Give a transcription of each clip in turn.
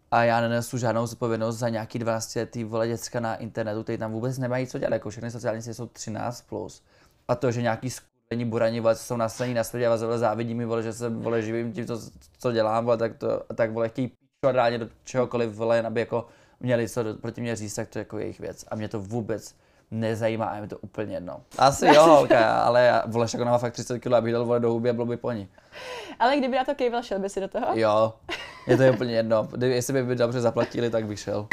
a já nenesu žádnou zodpovědnost za nějaký 12letý vole děcka na internetu, který tam vůbec nemají co dělat, jako všechny sociální sítě jsou 13+. Plus. A to, že nějaký skurvení burani, vole, co jsou nastavení na světě a vole, závidí mi, vole, že se vole, živím tím, co dělám, vole, tak vole, chtějí píčovat ráně do čehokoliv, vole, aby jako měli co proti mě říct, tak to je jako jejich věc. A mě to vůbec nezajímá, a je mi to úplně jedno. Asi jo, holka, ale já, vole, však ona má fakt 30 kg, abych dal, vole, do huby a bylo by po ní. Ale kdyby na to kejval, šel by si do toho? Jo, je to úplně jedno. Jestli by dobře zaplatili, tak bych šel.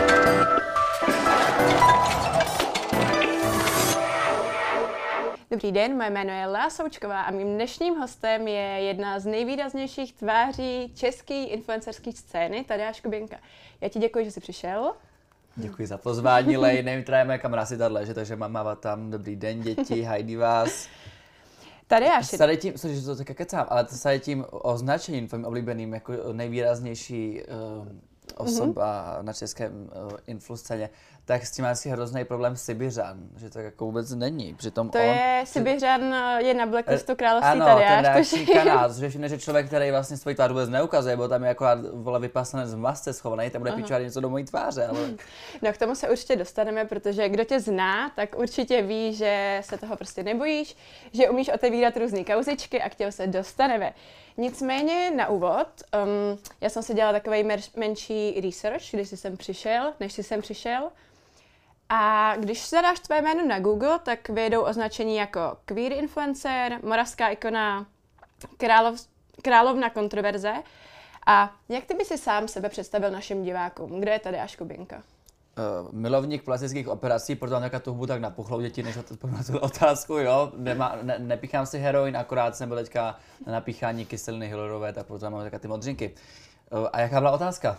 Dobrý den, moje jméno je Lea Součková a mým dnešním hostem je jedna z nejvýraznějších tváří české influencerské scény, Tadeáš Kuběnka. Já ti děkuji, že jsi přišel. Děkuji za pozvání, Lej, nevím, která je moje kamera si tahle, že takže máma tam, dobrý den, děti, hajdy vás. Tadeáš. Tady tím, že to tak kecám, ale tady tím označením tvým oblíbeným jako nejvýraznější osoba na českém influscéně, tak s tím má asi hrozný problém Sibiřan, že to jako vůbec není. Přitom to je, Sibiřan je na blacklistu království ano, Tadeáš. Ano, ten reakční kanál, což je všechno, že člověk, který vlastně svoji tvář vůbec neukazuje, bo tam je jako vole vypasané z masce schovaný, tam bude píčovat něco do mojí tváře. Ale... No k tomu se určitě dostaneme, protože kdo tě zná, tak určitě ví, že se toho prostě nebojíš, že umíš otevírat různé kauzičky a k těm se dostaneme. Nicméně na úvod, já jsem si dělala takový menší research, než jsi sem přišel. A když zadáš tvé jméno na Google, tak vyjedou označení jako queer influencer, moravská ikona, královna kontroverze. A jak ty by si sám sebe představil našim divákům? Kdo je Tadeáš Kuběnka? Milovník plastických operací, proto mám nějaká tuhbu tak napuchlou děti, než odpovím na tu otázku, jo. Nepíchám si heroin, akorát jsem byl teďka na napíchání kyseliny hyalurové, tak proto mám takové ty modřinky. A jaká byla otázka?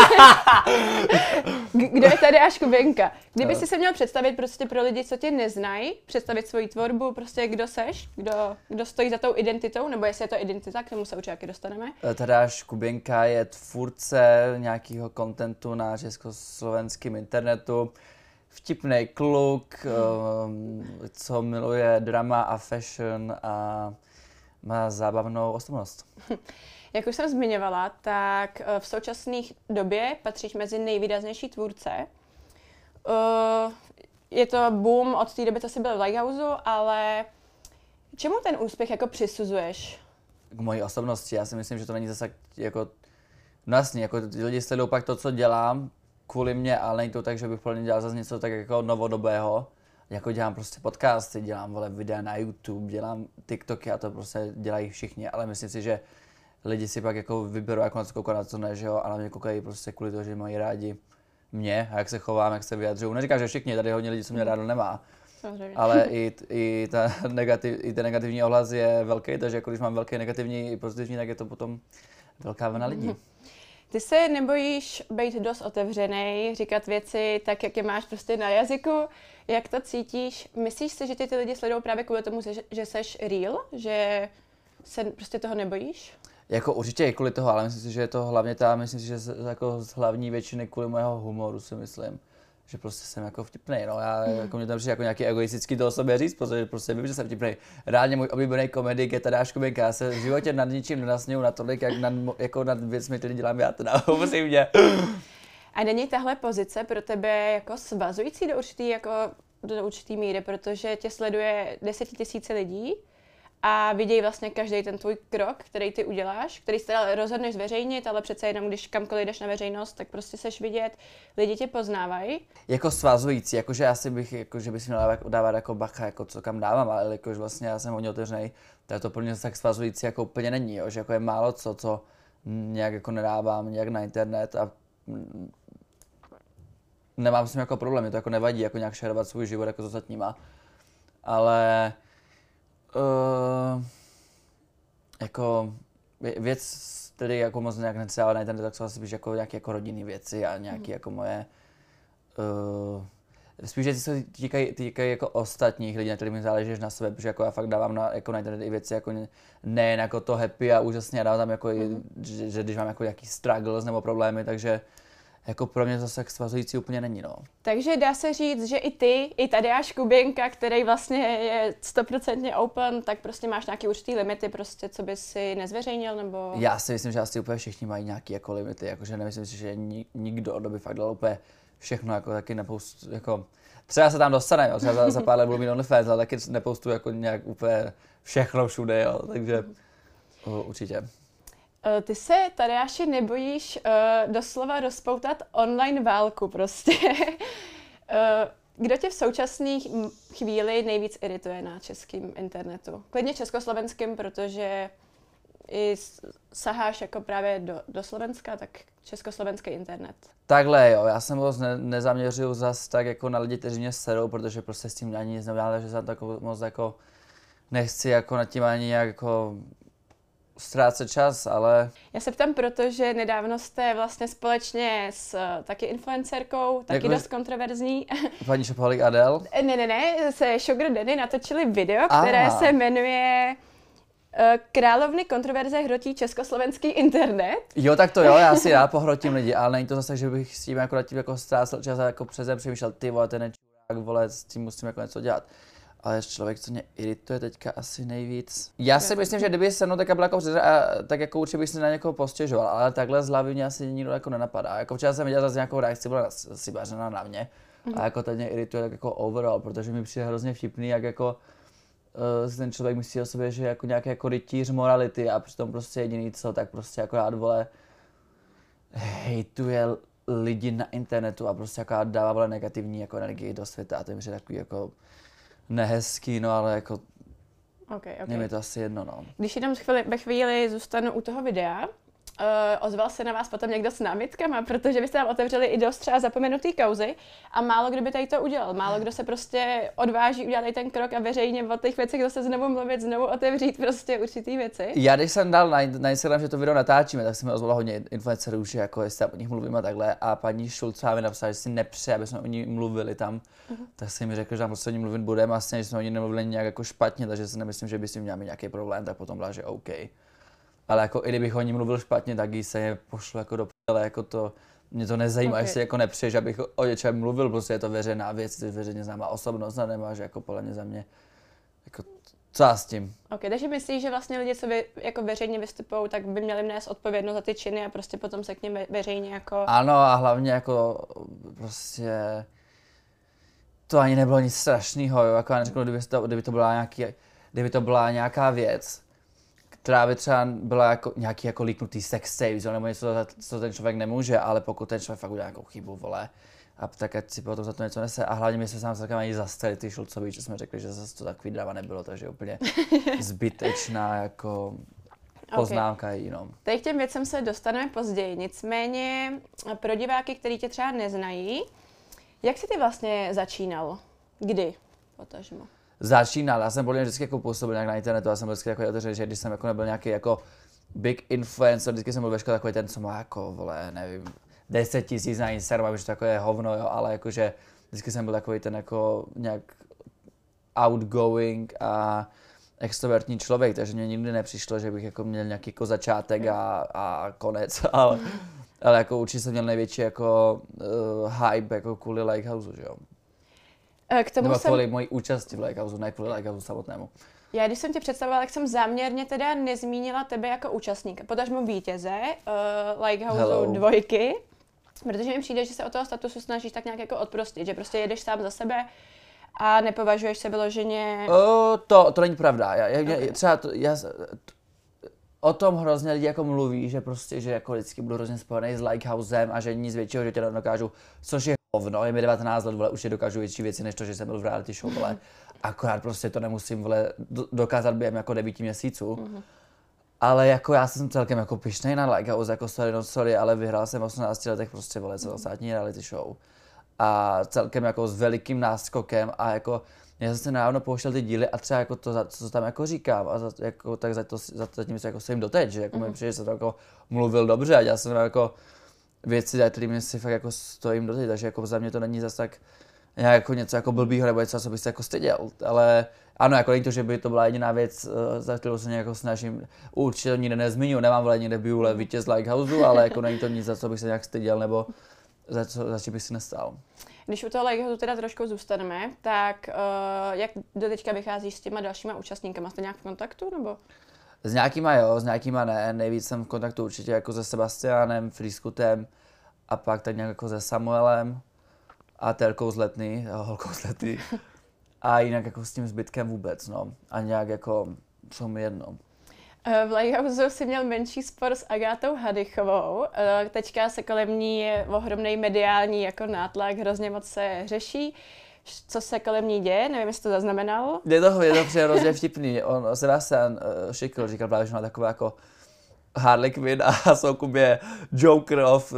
Kdo je Tadeáš Kuběnka? Kdyby si se měl představit prostě pro lidi, co tě neznají, představit svoji tvorbu, prostě kdo seš, kdo stojí za tou identitou, nebo jestli je to identita, k tomu se určitě taky dostaneme. Tadeáš Kuběnka je tvůrce nějakého kontentu na československém internetu. Vtipný kluk, co miluje drama a fashion a má zábavnou osobnost. Jak už jsem zmiňovala, tak v současné době patříš mezi nejvýraznější tvůrce. Je to boom od té doby, co jsi byl v Lighthouseu, ale čemu ten úspěch jako přisuzuješ? K mojí osobnosti, já si myslím, že to není zase jako, no jasně, jako lidi sledují pak to, co dělám kvůli mě, ale není to tak, že bych plně dělal zase něco tak jako novodobého. Jako dělám prostě podcasty, dělám vole videa na YouTube, dělám TikToky a to prostě dělají všichni, ale myslím si, že lidi si pak jako vyberou, jak na to koukat, na to ne, že jo, ale mě koukají prostě kvůli toho, že mají rádi mě a jak se chovám, jak se vyjadřuju. Neříkám, že všichni, tady hodně lidí, co mě rádo nemá, ale i ten negativní ohlas je velký, takže jako když mám velký negativní i pozitivní, tak je to potom velká vlna lidí. Ty se nebojíš být dost otevřenej, říkat věci tak, jak je máš prostě na jazyku, jak to cítíš? Myslíš si, že ty lidi sledují právě kvůli tomu, že seš real, že se prostě toho nebojíš? Jako určitě i kvůli toho, ale myslím si, že je to hlavně myslím si, že jako z hlavní většiny kvůli mého humoru si myslím, že prostě jsem jako vtipnej, no, já jako mě tam přijde jako nějaký egoistický to o sobě říct, protože prostě vím, že jsem vtipnej. Reálně můj oblíbený komedik je Tadeáš Kuběnka, já se v životě nad ničím nenasměju natolik, jak nad věcmi, které dělám já teda, upřímně. A není tahle pozice pro tebe jako svazující do určitý míry, protože tě sleduje 10 000 lidí a vidějí vlastně každý ten tvůj krok, který ty uděláš, který se rozhodneš zveřejnit, ale přece jenom když kamkoliv jdeš na veřejnost, tak prostě seš vidět, lidi tě poznávají. Jako svazující, jakože já si bych, jakože bych si měl dávat jako bacha, jako co kam dávám, ale jakože vlastně já jsem hodně otevřenej, tak to pro mě tak svazující jako úplně není, jo, že jako je málo co nějak jako nedávám nějak na internet a nemám s tím jako problém, mě to jako nevadí, jako nějak šerovat svůj život jako s ostatníma, ale jako věc, který jako moc nějak nechávat na internetu, tak jsou asi spíš jako nějaké jako rodinné věci a nějaké jako moje spíš věci se týkají jako ostatních lidí, na kterých mi záleží na sebe, protože jako já fakt dávám na internet i věci jako nejen jako to happy a úžasně, a dávám tam jako že když mám jako nějaký struggles nebo problémy, takže jako pro mě zase tak svazující úplně není, no. Takže dá se říct, že i ty, i Tadeáš Kuběnka, který vlastně je 100% open, tak prostě máš nějaký určitý limity, prostě, co by si nezveřejnil, nebo... Já si myslím, že asi úplně všichni mají nějaké jako limity, jakože nemyslím si, že nikdo by fakt dal úplně všechno, jako taky jako... Třeba se tam dostane, jo, třeba za pár let budu mít OnlyFans, ale taky nepoustu jako nějak úplně všechno všude, jo, takže určitě. Ty se, Tadeáši, nebojíš doslova rozpoutat online válku prostě. Kdo tě v současné chvíli nejvíc irituje na českém internetu? Klidně československým, protože i saháš jako právě do Slovenska, tak československý internet. Takhle jo, já se moc nezaměřuju zas tak jako na lidi, kteří mě serou, protože prostě s tím ani nic neudělám, takže jsem tak moc jako nechci jako nad tím ani nějak jako ztrácet čas, ale... Já se ptám, protože nedávno jste vlastně společně s taky influencerkou, taky dost kontroverzní. Paní Shopaholic Adele? Ne, se Sugar Daddy natočili video, které se jmenuje Královny kontroverze hrotí československý internet. Jo, tak to jo, já si rád pohrotím lidi, ale není to zase, že bych s tím jako nad tím jako ztrácel čas a jako přeze přemýšlel, ty vole, ten čurák, vole, s tím musím jako něco dělat. Ale člověk, co mě irituje teďka asi nejvíc. Já si myslím, že kdyby se mnou teďka byla jako tak jako určitě bych si na někoho postěžoval, ale takhle z hlavy mě asi nikdo jako nenapadá. Jako včera jsem viděl zase nějakou reakci, byla asi vařená na mě. A jako teď mě irituje tak jako overall, protože mi přijde hrozně vtipný, jak jako ten člověk myslí o sobě, že je jako nějaký jako rytíř morality a přitom prostě jediný co, tak prostě akorát vole hejtuje lidi na internetu a prostě akorát dává vole negativní jako energii do světa a to je takový jako nehezký, no ale jako okay. Je mi to asi jedno, no. Když jenom ve chvíli zůstanu u toho videa, ozval se na vás potom někdo s námitkama, protože byste tam otevřeli i dost třeba zapomenutý kauzy a málo kdo by tady to udělal. Málo kdo se prostě odváží udělat ten krok a veřejně o těch věcech zase znovu mluvit, znovu otevřít prostě určitý věci. Já když jsem dal na Instagram, že to video natáčíme, tak se mi ozvalo hodně influencerů, že jako jestli o nich mluvím a takhle a paní Šulcová mi napsala, že si nepřeje, aby jsme o ní mluvili tam, tak si mi řekl, že tam prostě o ní mluvit budeme a že jsme o ní nemluvili nějak jako špatně, takže si nemyslím, že by s tím měl mít nějaký problém, tak potom byla, že OK. Ale jako i kdybych o ní mluvil špatně, tak jí se je pošlo jako do p***le, jako to, mě to nezajímá, jestli jako nepřeješ, abych o něčem mluvil, prostě je to veřejná věc, je to veřejně známá osobnost a nemáš jako podle mě za mě, jako co já s tím. Ok, takže myslíš, že vlastně lidi, co jako veřejně vystupují, tak by měli nést odpovědnost za ty činy a prostě potom se k nim veřejně jako... Ano a hlavně jako prostě to ani nebylo nic strašného, jo, jako já neřeknu, kdyby to byla nějaká věc, která by třeba byla jako nějaký jako líknutý sex tapes, nebo něco, co ten člověk nemůže, ale pokud ten člověk fakt udělá nějakou chybu, vole, a tak ať si potom za to něco nese. A hlavně my jsme sám celkem ani zastali ty Šulcovi, že jsme řekli, že zase to takový drama nebylo, takže úplně zbytečná jako poznámka jenom. Tady k těm věcem se dostaneme později, nicméně pro diváky, kteří tě třeba neznají, jak jsi ty vlastně začínal? Kdy? Potažmo. Začínal, já jsem podle mě vždycky jako působil nějak na internetu, já jsem vždycky jako otevřel, že když jsem jako nebyl nějaký jako big influencer, vždycky jsem byl veškerý takový ten, co má jako, vole, nevím, 10 000 na Instagramu, že to jako je hovno, jo, ale jakože vždycky jsem byl takový ten jako nějak outgoing a extrovertní člověk, takže mě nikdy nepřišlo, že bych jako měl nějaký jako začátek a konec, ale jako určitě jsem měl největší jako hype jako kvůli Likehouse, že jo. K tomu nebo kvůli mojí účasti v Likehouse, ne kvůli Likehouse samotnému. Já když jsem tě představovala, tak jsem záměrně teda nezmínila tebe jako účastníka, potažmo vítěze Likehouse 2, protože mi přijde, že se od toho statusu snažíš tak nějak jako odprostit, že prostě jedeš sám za sebe a nepovažuješ se vyloženě... To není pravda. O tom hrozně lidi jako mluví, že prostě, že jako vždycky budu hrozně spojený s Likehousem a že nic většího, že tě nedokážu, což je hovno, je mi 19 let, vole, už je dokážu větší věci, než to, že jsem byl v reality show, vole. Akorát prostě to nemusím, vole, dokázat během jako 9 měsíců. Mm-hmm. Ale jako já jsem celkem jako pyšnej na Likehouse, jako sorry, ale vyhrál jsem v 18 letech prostě, vole, celostátní reality show. A celkem jako s velikým náskokem a jako já jsem se nedávno pouštěl ty díly a třeba jako to, co tam jako říkám a tak za tím se jako stojím doteď, že jako mi přijde, že jsem to jako mluvil dobře a já jsem jako věci, za kterými si fakt jako stojím doteď, takže jako za mě to není zase tak jako něco jako blbýho nebo něco, co bych se jako styděl, ale ano, jako není to, že by to byla jediná věc, za kterou se nějak snažím, určitě to nikde nezmiňuji, nemám vole někde biule vítěz Likehouse, ale jako není to nic, za co bych se nějak styděl nebo za čím bych si nestál. Když u toho Lighthousu teda trošku zůstaneme, tak jak do teďka vycházíš s těma dalšíma účastníkama? Jste nějak v kontaktu, nebo? S nějakýma jo, s nějakýma ne. Nejvíc jsem v kontaktu určitě jako se Sebastianem, Frýskutem a pak tak nějak jako se Samuelem a Terkou z Letný, holkou z Letný. A jinak jako s tím zbytkem vůbec, no. A nějak jako, jsou mi jedno. V Lighthousu si měl menší spor s Agátou Hadychovou. Teďka se kolem ní je ohromný mediální jako nátlak, hrozně moc se řeší. Co se kolem ní děje, nevím, jestli to zaznamenal. Je to hrozně vtipný. On Sebastian Šikl říkal právě, že má taková jako Harley Quinn a Soukup je Joker of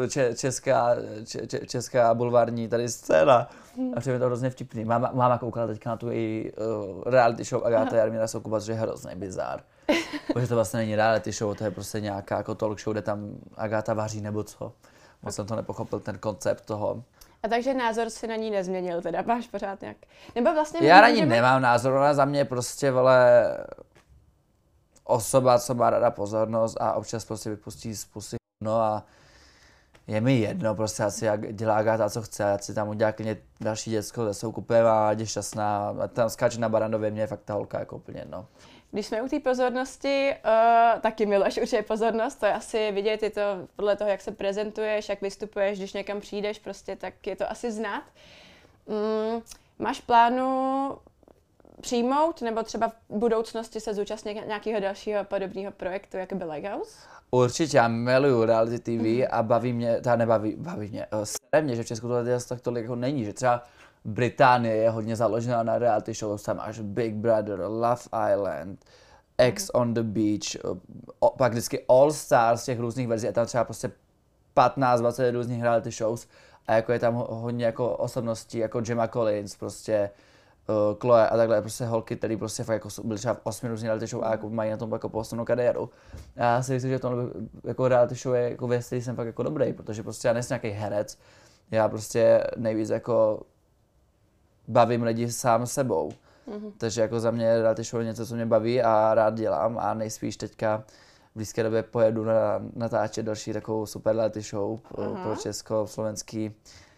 česká bulvární tady scéna. A přijde to hrozně vtipný. Máma koukala teďka na tu její reality show Agáta Jarmíra Soukupa, což je hrozný bizár. Protože to vlastně není reality show, to je prostě nějaká jako talk show, kde tam Agáta vaří nebo co. Moc jsem to nepochopil, ten koncept toho. A takže názor si na ní nezměnil, teda máš pořád nějak. Nebo vlastně já na ní nemám názor, ona za mě prostě vole osoba, co má ráda pozornost a občas prostě vypustí z pusy no a je mi jedno, prostě ať si dělá Agáta, co chce, ať si tam udělá klidně další děcko se Soukupem a ať je šťastná, a tam skáče na Barandově, mě je fakt ta holka jako úplně jedno. Když jsme u té pozornosti, taky miluješ určitě pozornost, to je asi vidět, je to podle toho, jak se prezentuješ, jak vystupuješ, když někam přijdeš, prostě, tak je to asi znát. Máš plánu přijmout, nebo třeba v budoucnosti se zúčastnit nějakého dalšího podobného projektu, jako byl Lighthouse? Určitě, já miluju reality TV a baví mě, baví mě, sere mě, že v Česku tohle tak tolik jako není, že třeba Británie je hodně založená na reality show, tam až Big Brother, Love Island, Ex on the Beach, pak vždycky All Stars těch různých verzí, je tam třeba prostě 15-20 různých reality shows a jako je tam hodně jako osobností, jako Gemma Collins, prostě Chloe a takhle, prostě holky, které prostě fakt jako byly třeba v 8 různých reality show a jako mají na tom jako posunou kariéru. Já si myslím, že to jako reality show je jako věc, který jsem fakt jako dobrý, protože prostě já nejsem nějaký herec, já prostě nejvíc jako bavím lidi sám sebou. Takže jako za mě reality show je něco, co mě baví a rád dělám a nejspíš teďka v blízké době pojedu natáčet další takovou super reality show pro česko-slovenský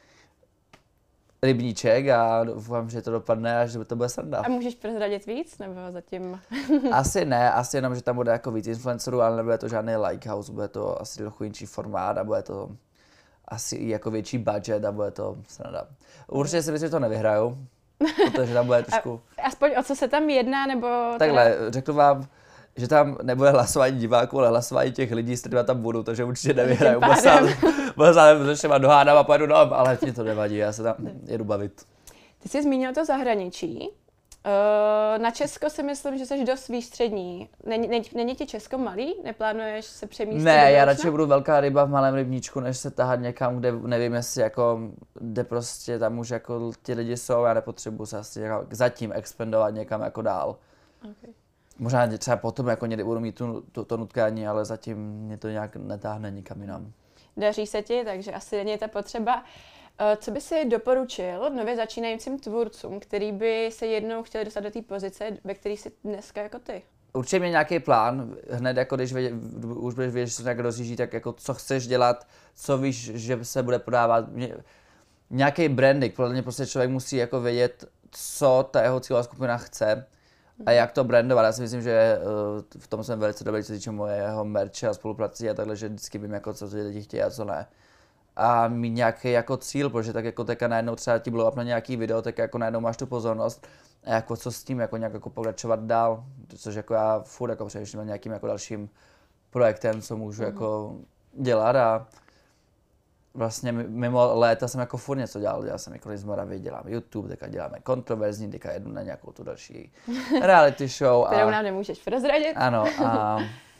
rybníček a doufám, že to dopadne a že to bude sranda. A můžeš prozradit víc, nebo zatím? Asi ne, asi jenom, že tam bude jako víc influencerů, ale nebude to žádný Lighthouse, bude to asi trochu jinší formát a bude to asi i jako větší budget a bude to sranda. Určitě si myslím, že to nevyhraju, protože tam bude trošku... Aspoň o co se tam jedná, nebo... Takhle, řeknu vám, že tam nebude hlasování diváků, ale hlasování těch lidí, s kterými tam budu, takže určitě nevyhraju. Bo sám řeším dohádám a pojedu dom, ale mě to nevadí, já se tam jedu bavit. Ty jsi zmínil to zahraničí. Na Česko si myslím, že jsi dost výstřední. Není ti Česko malý? Neplánuješ se přemístit? Ne, já radši budu velká ryba v malém rybníčku, než se tahat někam, kde nevím, jestli jako, kde prostě tam už jako ti lidi jsou, já nepotřebuji se asi jako zatím expandovat někam jako dál. Okay. Možná třeba potom jako někdy budu mít to nutkání, ale zatím mě to nějak netáhne nikam jinam. Daří se ti, takže asi není ta potřeba. Co by si doporučil nově začínajícím tvůrcům, který by se jednou chtěli dostat do té pozice, ve které jsi dneska jako ty? Určitě mě nějaký plán, hned jako když už budeš vědět, že se nějak rozjíždí, tak jako co chceš dělat, co víš, že se bude prodávat, nějaký branding, podle mě prostě člověk musí jako vědět, co ta jeho cílová skupina chce a jak to brandovat. Já si myslím, že v tom jsem velice dobrý, co týče mojeho merče a spoluprací a takhle, že vždycky vím, jako, co ty lidi chtějí a co ne. A mít nějaký jako cíl, protože tak jako teďka najednou třeba ti blow up na nějaký video, tak jako najednou máš tu pozornost a jako co s tím, jako nějak jako pokračovat dál, což jako já furt jako přemýšlím nad nějakým jako dalším projektem, co můžu jako dělat a vlastně mimo léta jsem jako furt něco dělal jsem jako z Moravy, dělám YouTube, teďka děláme kontroverzní, teďka jedu na nějakou tu další reality show. Kterou nám nemůžeš prozradit. Ano a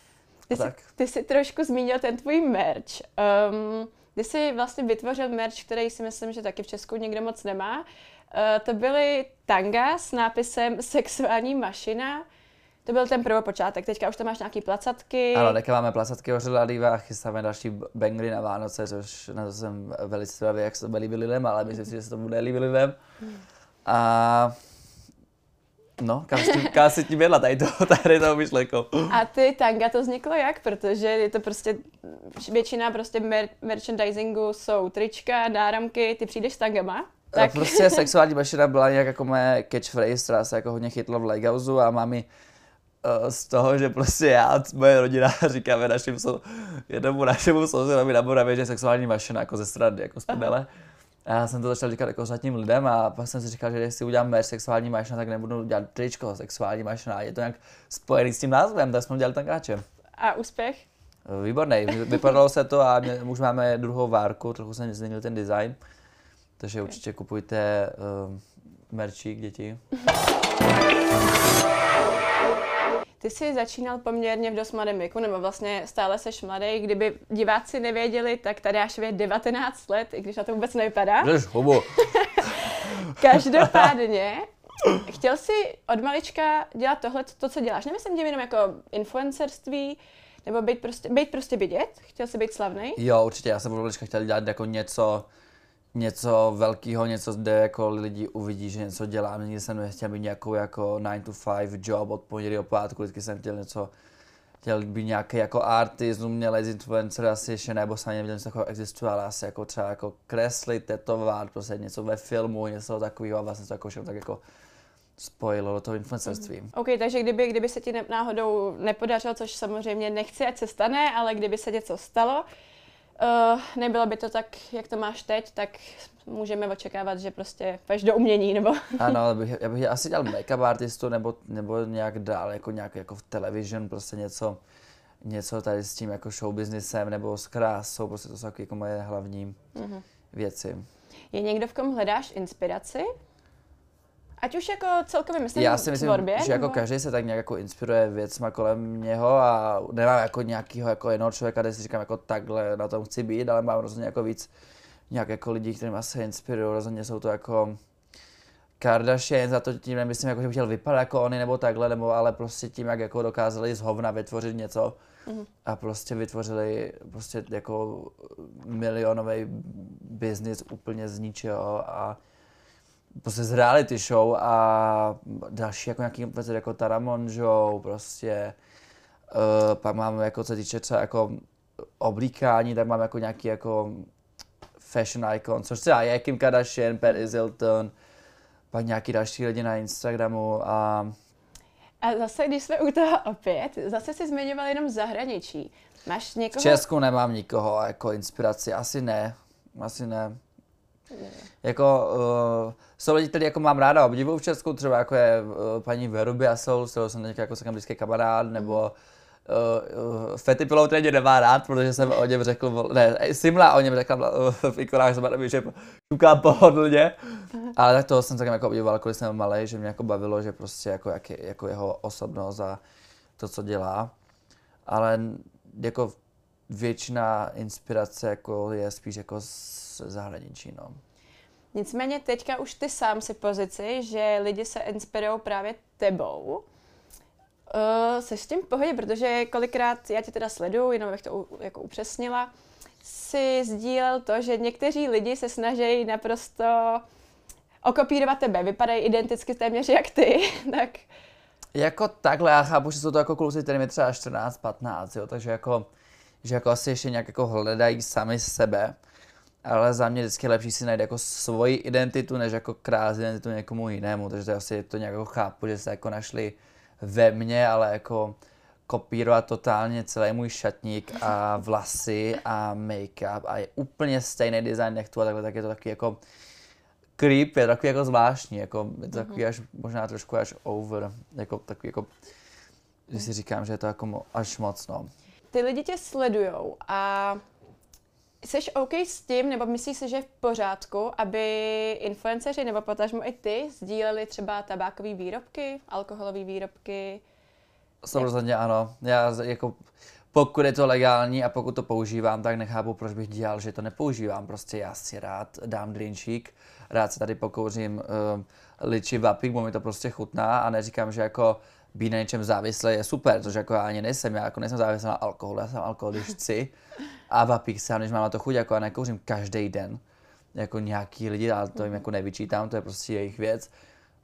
ty jsi trošku zmínil ten tvůj merch. Ty jsi vlastně vytvořil merch, který si myslím, že taky v Česku nikdo moc nemá. To byly tanga s nápisem Sexuální mašina. To byl ten prvopočátek. Teďka už tam máš nějaký placatky. Ano, teďka máme placatky ořeladýva a chystáme další bangry na Vánoce, což na to jsem velice zvědavý, jak se to bude líbit lidem, ale myslím si, že se to bude líbit lidem. A No, kam si tím jedla tady to myšlenkou. A ty tanga to vzniklo jak? Protože je to prostě, většina prostě merchandisingu jsou trička, náramky, ty přijdeš s tangama. Tak. Prostě sexuální mašina byla nějak jako moje catchphrase, která se jako hodně chytla v Legausu a mám z toho, že prostě já, moje rodina říkáme jednomu našemu sousedovi na Moravě, že sexuální mašina jako ze strany, jako z prdele. A já jsem to začal říkat jako ostatním lidem a pak jsem si říkal, že když si udělám merch sexuální mašina, tak nebudu dělat tričko sexuální mašina. Je to nějak spojený s tím názvem, tak jsme udělali tangáče. A úspěch? Výborný, vypadalo se to a už máme druhou várku, trochu jsem změnil ten design. Takže určitě kupujte merčík, děti. Ty jsi začínal poměrně v dost mladém věku, nebo vlastně stále seš mladý. Kdyby diváci nevěděli, tak Tadeášově 19 let, i když na to vůbec nevypadá. Každopádně, chtěl jsi od malička dělat tohle, to, co děláš. Nemyslím tím jenom jako influencerství, nebo být prostě vidět? Chtěl jsi být slavný? Jo, určitě. Já jsem od malička chtěl dělat jako něco velkého, něco, kde jako lidi uvidí, že něco dělám. Nikdy jsem nechtěl být nějakou jako 9 to 5 job od pondělí do pátku, vždycky jsem chtěl být nějaký jako artist, umělec, influencer, asi ještě nebo jsem nevěděl, něco takového existuje, ale asi jako třeba jako kreslit, tetovat, prostě něco ve filmu, něco takového a vlastně to jako všechno tak jako spojilo do toho influencerství. OK, takže kdyby se ti náhodou nepodařilo, což samozřejmě nechci, ať se stane, ale kdyby se něco stalo, nebylo by to tak, jak to máš teď, tak můžeme očekávat, že prostě půjdeš do umění, nebo... Ano, já bych asi dělal make-up artistu, nebo nějak dál, jako v television, prostě něco tady s tím jako show businessem, nebo s krásou, prostě to jsou jako moje hlavní věci. Je někdo, v kom hledáš inspiraci? Ať už jako celkově myslím já si myslím, tvorbě, že jako každý se tak nějak jako inspiruje věcma kolem něho a nemám jako nějakého jako jednoho člověka, kde si říkám jako takhle na tom chci být, ale mám rozhodně jako víc nějak jako lidí, kterým se inspirují, rozhodně jsou to jako Kardashian, za to tím nemyslím, jako, že bych chtěl vypadat jako oni nebo takhle, nebo ale prostě tím, jak jako dokázali z hovna vytvořit něco a prostě vytvořili prostě jako milionový biznis úplně z ničeho a prostě z reality show a další jako nějaký influencer jako Tara Mongeau, prostě pak máme jako co týče třeba jako oblíkání, tak máme jako nějaký jako fashion icon, což třeba je Kim Kardashian, Paris Hilton, pak nějaký další lidi na Instagramu a zase, když jsme u toho opět, zase si zmiňoval jenom zahraničí. Máš někoho... V Česku nemám nikoho jako inspiraci, asi ne. Jako, jsou lidi, který jako mám ráda obdivuju v Česku, třeba jako je paní Veruby Asol, s kterou jsem teď jako blízký kamarád, nebo Fetty Pillow, který mě nemá rád, protože jsem o něm řekl, Simla o něm řekla v ikonách, že šuká pohodlně, ale tak toho jsem celkem jako obdivoval, když jsem malej, že mě jako bavilo, že prostě jako jeho osobnost a to, co dělá, ale jako většina inspirace jako je spíš jako z zahraničí, no. Nicméně teďka už ty sám si pozici, že lidi se inspirují právě tebou. Seš s tím v pohodě, protože kolikrát, já tě teda sleduju, jenom bych to jako upřesnila, si sdílel to, že někteří lidi se snaží naprosto okopírovat tebe, vypadají identicky téměř jak ty, tak... Jako takhle, já chápu, že jsou to jako kluci, kterým je třeba 14, 15, jo, takže jako, že jako asi ještě nějak jako hledají sami sebe, ale za mě vždycky je lepší si najít jako svoji identitu, než jako krást identitu někomu jinému, takže to asi to nějak jako chápu, že se jako našli ve mně, ale jako kopírovat totálně celý můj šatník a vlasy a make-up a je úplně stejný design jak tu a takhle, tak je to taky jako creep, je takový jako zvláštní, jako je to takový až, možná trošku až over, jako takový jako, že si říkám, že je to jako až moc, no. Ty lidi tě sledujou a jsi OK s tím, nebo myslíš si, že je v pořádku, aby influenceři nebo potažmo i ty sdíleli třeba tabákové výrobky, alkoholové výrobky? Samozřejmě ano. Já jako, pokud je to legální a pokud to používám, tak nechápu, proč bych dělal, že to nepoužívám. Prostě já si rád dám drinčík, rád se tady pokouřím liči vapík, bo mi to prostě chutná a neříkám, že jako být na něčem závislý je super, což jako já ani nejsem, já jako nejsem závislý na alkoholu, já jsem alkohol, když chci a vapík sám, když mám na to chuť, jako já nekouřím každý den, jako nějaký lidi, ale to jim jako nevyčítám, to je prostě jejich věc,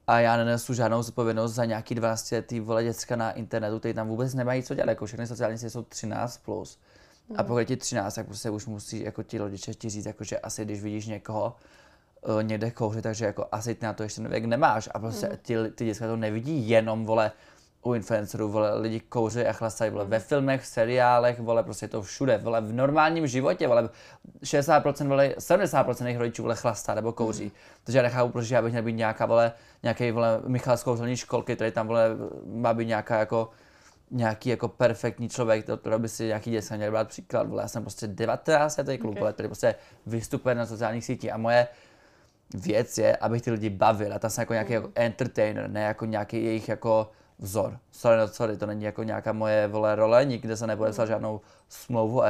a já nenesu žádnou zodpovědnost za nějaký 12letý vole děcka na internetu, který tam vůbec nemají co dělat, jako všechny sociální sítě jsou 13+. Plus. A pokud ti 13, tak prostě už musí jako ti rodiče ti říct, jako, že asi když vidíš někoho někde kouřit, takže jako asi ty na to ještě věk nemáš a prostě ty děcka to nevidí jenom, vole, u influencerů, vole, lidi kouří a chlastají, vole, ve filmech, v seriálech, vole, prostě to všude, vole, v normálním životě, vole, 60%, vole, 70% jejich rodičů, vole, chlastá nebo kouří. Takže já nechápu, protože já bych měl být nějaká, vole, nějaký, vole, Michal z kouzelní školky, který tam, vole, má být nějaká, jako, nějaký, jako perfektní člověk, to by si nějaký děcka měl brát příklad, vole, já jsem prostě 19 letý kluk, vole, který prostě vystupuje na sociálních sítích a moje věc je, abych ty lidi bavil a tam jsem jako nějaký jako entertainer, ne jako nějaký jejich jako vzor. Sorry, to není jako nějaká moje, vole, role, nikde se nepodepsal žádnou smlouvu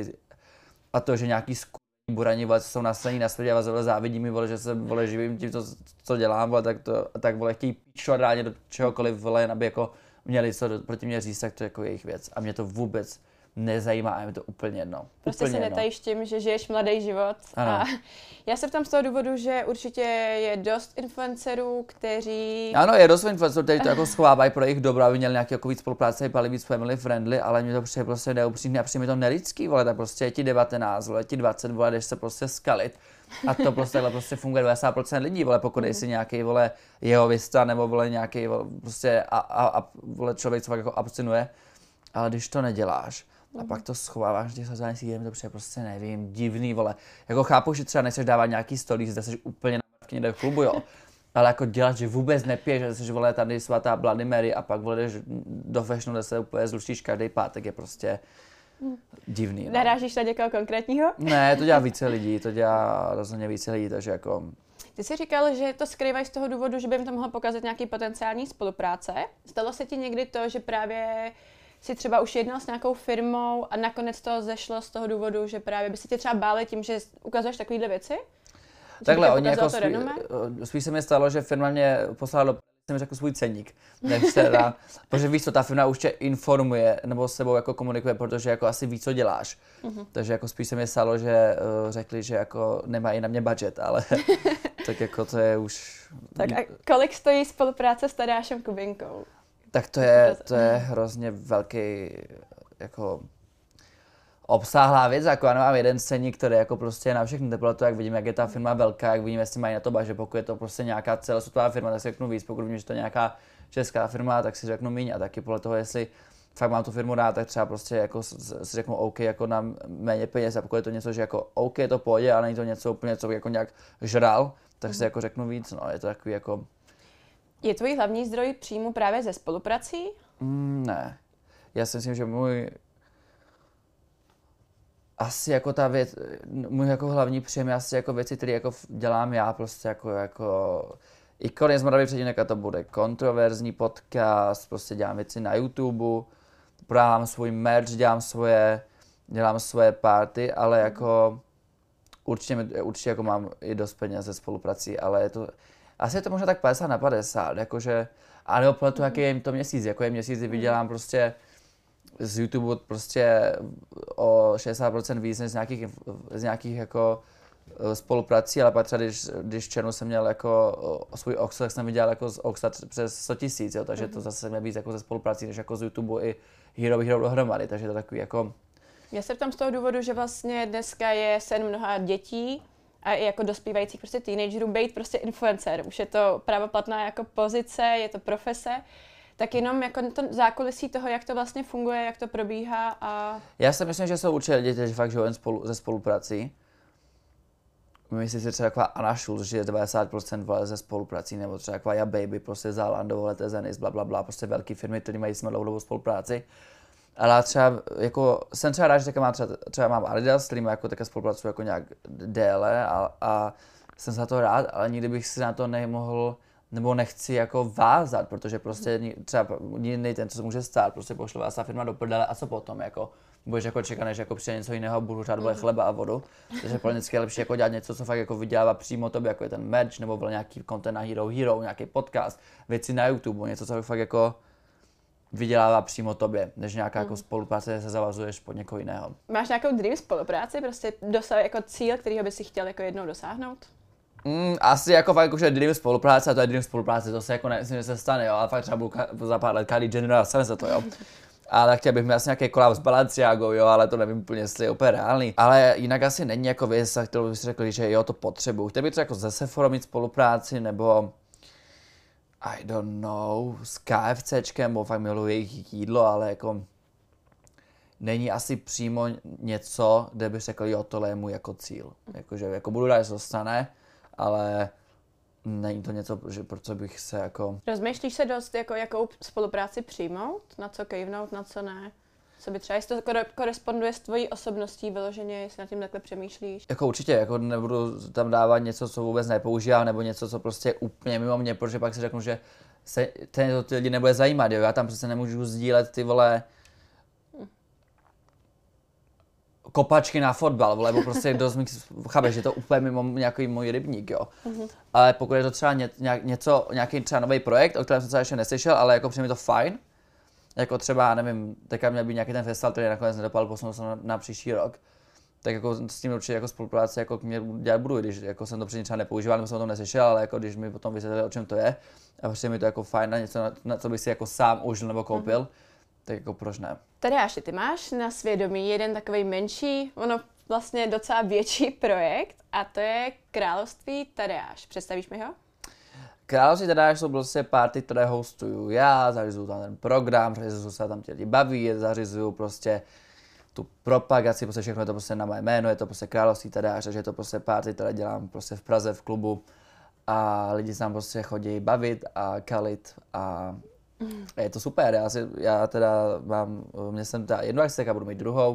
a to, že nějaký burani, vole, co jsou nastavení na světě a vás, vole, závidí mi, vole, že se, vole, živím tím, co dělám, vole, tak vole, chtějí píčovat ráně do čehokoliv, vole, aby jako měli co proti mě říct, tak to je jako jejich věc a mě to vůbec nezajímá a je mi to úplně jedno. Prostě se netajíš tím, že žiješ mladý život. Ano. A já se ptám z toho důvodu, že určitě je dost influencerů, kteří... Ano, je dost influencerů, kteří to jako schovávají pro jejich dobro, aby měli nějaký jako víc spolupráce, vypadali víc family friendly, ale mě to prostě neupřímně a přijde mi to nelidský, vole, tak prostě je ti 19, vole, ti 20, vole, jdeš se prostě skalit. A to prostě takhle prostě funguje 90% lidí, vole, pokud jsi nějaký, vole, jehovista nebo, vole, nějaký, vole, prostě vole, člověk, co fakt jako abstinuje, ale když to neděláš, a pak to schováváš, těch sociálních sítích, mi to přijde prostě, nevím, divný, vole. Jako chápu, že třeba nechceš dávat nějaký stories, zde jsi úplně na mrtky někde v klubu, jo. Ale jako dělat, že vůbec nepiješ, že jsi, vole, tady svatá Bloody Mary a pak, vole, jdeš do fashionu, kde se úplně zluštíš každý pátek, je prostě divný. No. Narážíš na někoho konkrétního? Ne, to dělá více lidí, to dělá rozhodně více lidí, takže jako... Ty jsi říkal, že to skrývají z toho důvodu, že by jim to mohlo pokazat nějaký potenciální spolupráce. Stalo se ti někdy to, že právě si třeba už jednal s nějakou firmou a nakonec to zešlo z toho důvodu, že právě by se tě třeba báli tím, že ukazuješ takovýhle věci? Takhle, oni jako spíš se mi stalo, že firma mě poslala do jsem řekl svůj ceník, než teda, protože víš co, ta firma už tě informuje nebo s sebou jako komunikuje, protože jako asi ví, co děláš. Takže jako spíš se mi stalo, že řekli, že jako nemají na mě budget, ale tak jako to je už... Tak a kolik stojí spolupráce s Tadášem Kubinkou? Tak to je hrozně velký, jako obsáhlá věc, jako já nemám jeden scéník, který jako prostě je na všechny teplotu, jak vidím, jak je ta firma velká, jak vidím, jestli mají na to budget, pokud je to prostě nějaká celosvětová firma, tak si řeknu víc, pokud vím, že to je nějaká česká firma, tak si řeknu míň a taky podle toho, jestli fakt mám tu firmu rád, tak třeba prostě jako si řeknu OK, jako na méně peněz a pokud je to něco, že jako OK, to pojde a není to něco úplně, co bych jako nějak žral, tak si jako řeknu víc, no, je to takový jako... Je tvůj hlavní zdroj příjmu právě ze spoluprací? Ne. Já si myslím, že asi jako ta věc, můj jako hlavní příjem je asi jako věci, které jako dělám já, prostě jako ikony z Moravy Předineka, to bude kontroverzní podcast, prostě dělám věci na YouTube, prodávám svůj merch, dělám svoje party, ale jako určitě jako mám i dost peněz ze spoluprací, ale asi je to možná tak 50/50, jakože, ale podle toho, jaký je to měsíc, jako je měsíc, kdy vydělám prostě z YouTube prostě o 60% víc než z nějakých jako spoluprací, ale pak třeba když v červnu jsem měl jako svůj Oxo, tak jsem vydělal jako z Oxa přes 100 000, jo, takže to zase měl víc jako ze spoluprací, než jako z YouTube i Hero dohromady, takže to takový jako... Já se ptám z toho důvodu, že vlastně dneska je sen mnoha dětí a i jako dospívajících prostě teenagerů být prostě influencer. Už je to právoplatná jako pozice, je to profese. Tak jenom jako to zákulisí toho, jak to vlastně funguje, jak to probíhá a... Já si myslím, že jsou určitě lidi, kteří fakt žijou jen ze spoluprací. Myslím si třeba taková Anna Schulz, že je 90% vole ze spoluprací, nebo třeba taková Ja Baby, prostě Zalando, Lete Zenis, blablabla, prostě velké firmy, které mají s mnou dlouhodobou spolupráci. Ale třeba, jako, jsem třeba rád, že třeba mám Adidas, který má jako také spolupracuji jako nějak déle a jsem za to rád, ale nikdy bych si na to nemohl nebo nechci jako vázat, protože prostě třeba jiný ten, co se může stát, prostě pošle vás ta firma do prdele a co potom, jako budeš jako čekat, než jako přijde něco jiného, budu řád vole chleba a vodu, takže pro vždycky je lepší jako dělat něco, co fakt jako vydělává přímo tobě, jako je ten merch, nebo byl nějaký content na Hero, nějaký podcast, věci na YouTube, něco, co fakt jako vydělává přímo tobě, než nějaká jako spolupráce, se zavazuješ pod někoho jiného. Máš nějakou dream spolupráci, prostě jako cíl, kterýho by si chtěl jako jednou dosáhnout? Asi jako fakt že dream spolupráce, a to je dream spolupráce, to se jako nemyslím, že se stane, jo, ale fakt třeba budu za pár let Kylie Jenner a stane se to, jo. Ale chtěl bych mít asi nějaký kolab s Balenciagou, jo, ale to nevím úplně, jestli je úplně reálný. Ale jinak asi není jako věc, a kterou bych si řekl, že jo, to potřebuju. Chtěl bych to jako ze Sephora mít spolupráci, nebo I don't know, s KFCčkem, bo fakt miluji jejich jídlo, ale jako není asi přímo něco, kde bych řekl, jo, tohle je můj jako cíl. Jakože jako budu rád, že se to stane, ale není to něco, že pro co bych se jako... Rozmýšlíš se dost, jako, jakou spolupráci přijmout? Na co kejvnout, na co ne? Co by třeba, jestli to koresponduje s tvojí osobností vyloženě, jestli na tím takhle přemýšlíš? Jako určitě, jako nebudu tam dávat něco, co vůbec nepoužívám, nebo něco, co prostě je úplně mimo mě, protože pak si řeknu, že se ty lidi nebude zajímat, jo? Já tam přece nemůžu sdílet ty vole kopačky na fotbal, vole, nebo prostě dost mi chápeš, že to úplně mimo nějaký můj rybník, jo. Ale pokud je to třeba nějaký třeba nový projekt, o kterém jsem třeba ještě neslyšel, ale jako přijde mi to fajn, jako třeba, nevím, teďka měl být nějaký ten festival, který nakonec nedopadl, posunul jsem na příští rok, tak jako s tím určitě jako spolupráci jako mě dělat budu, když jako jsem to předtím třeba nepoužíval, nebo jsem o tom neslyšel, ale jako když mi potom vysvětlili, o čem to je, a přijde mi to jako fajn na něco, na co bych si jako sám užil nebo koupil, tak jako proč ne. Tadeáši, ty máš na svědomí jeden takový menší, ono vlastně docela větší projekt, a to je Království Tadeáš. Představíš mi ho? Království Tadeáš jsou prostě party, které hostuju já, zařizuju tam ten program, zařizuju se tam ti lidi baví, zařizuju prostě tu propagaci, prostě všechno je to prostě na moje jméno, je to prostě Království Tadeáš, takže je to prostě party, které dělám prostě v Praze v klubu a lidi se tam prostě chodí bavit a kalit a je to super, já teda měl jsem teda jednu akci, a budu mít druhou.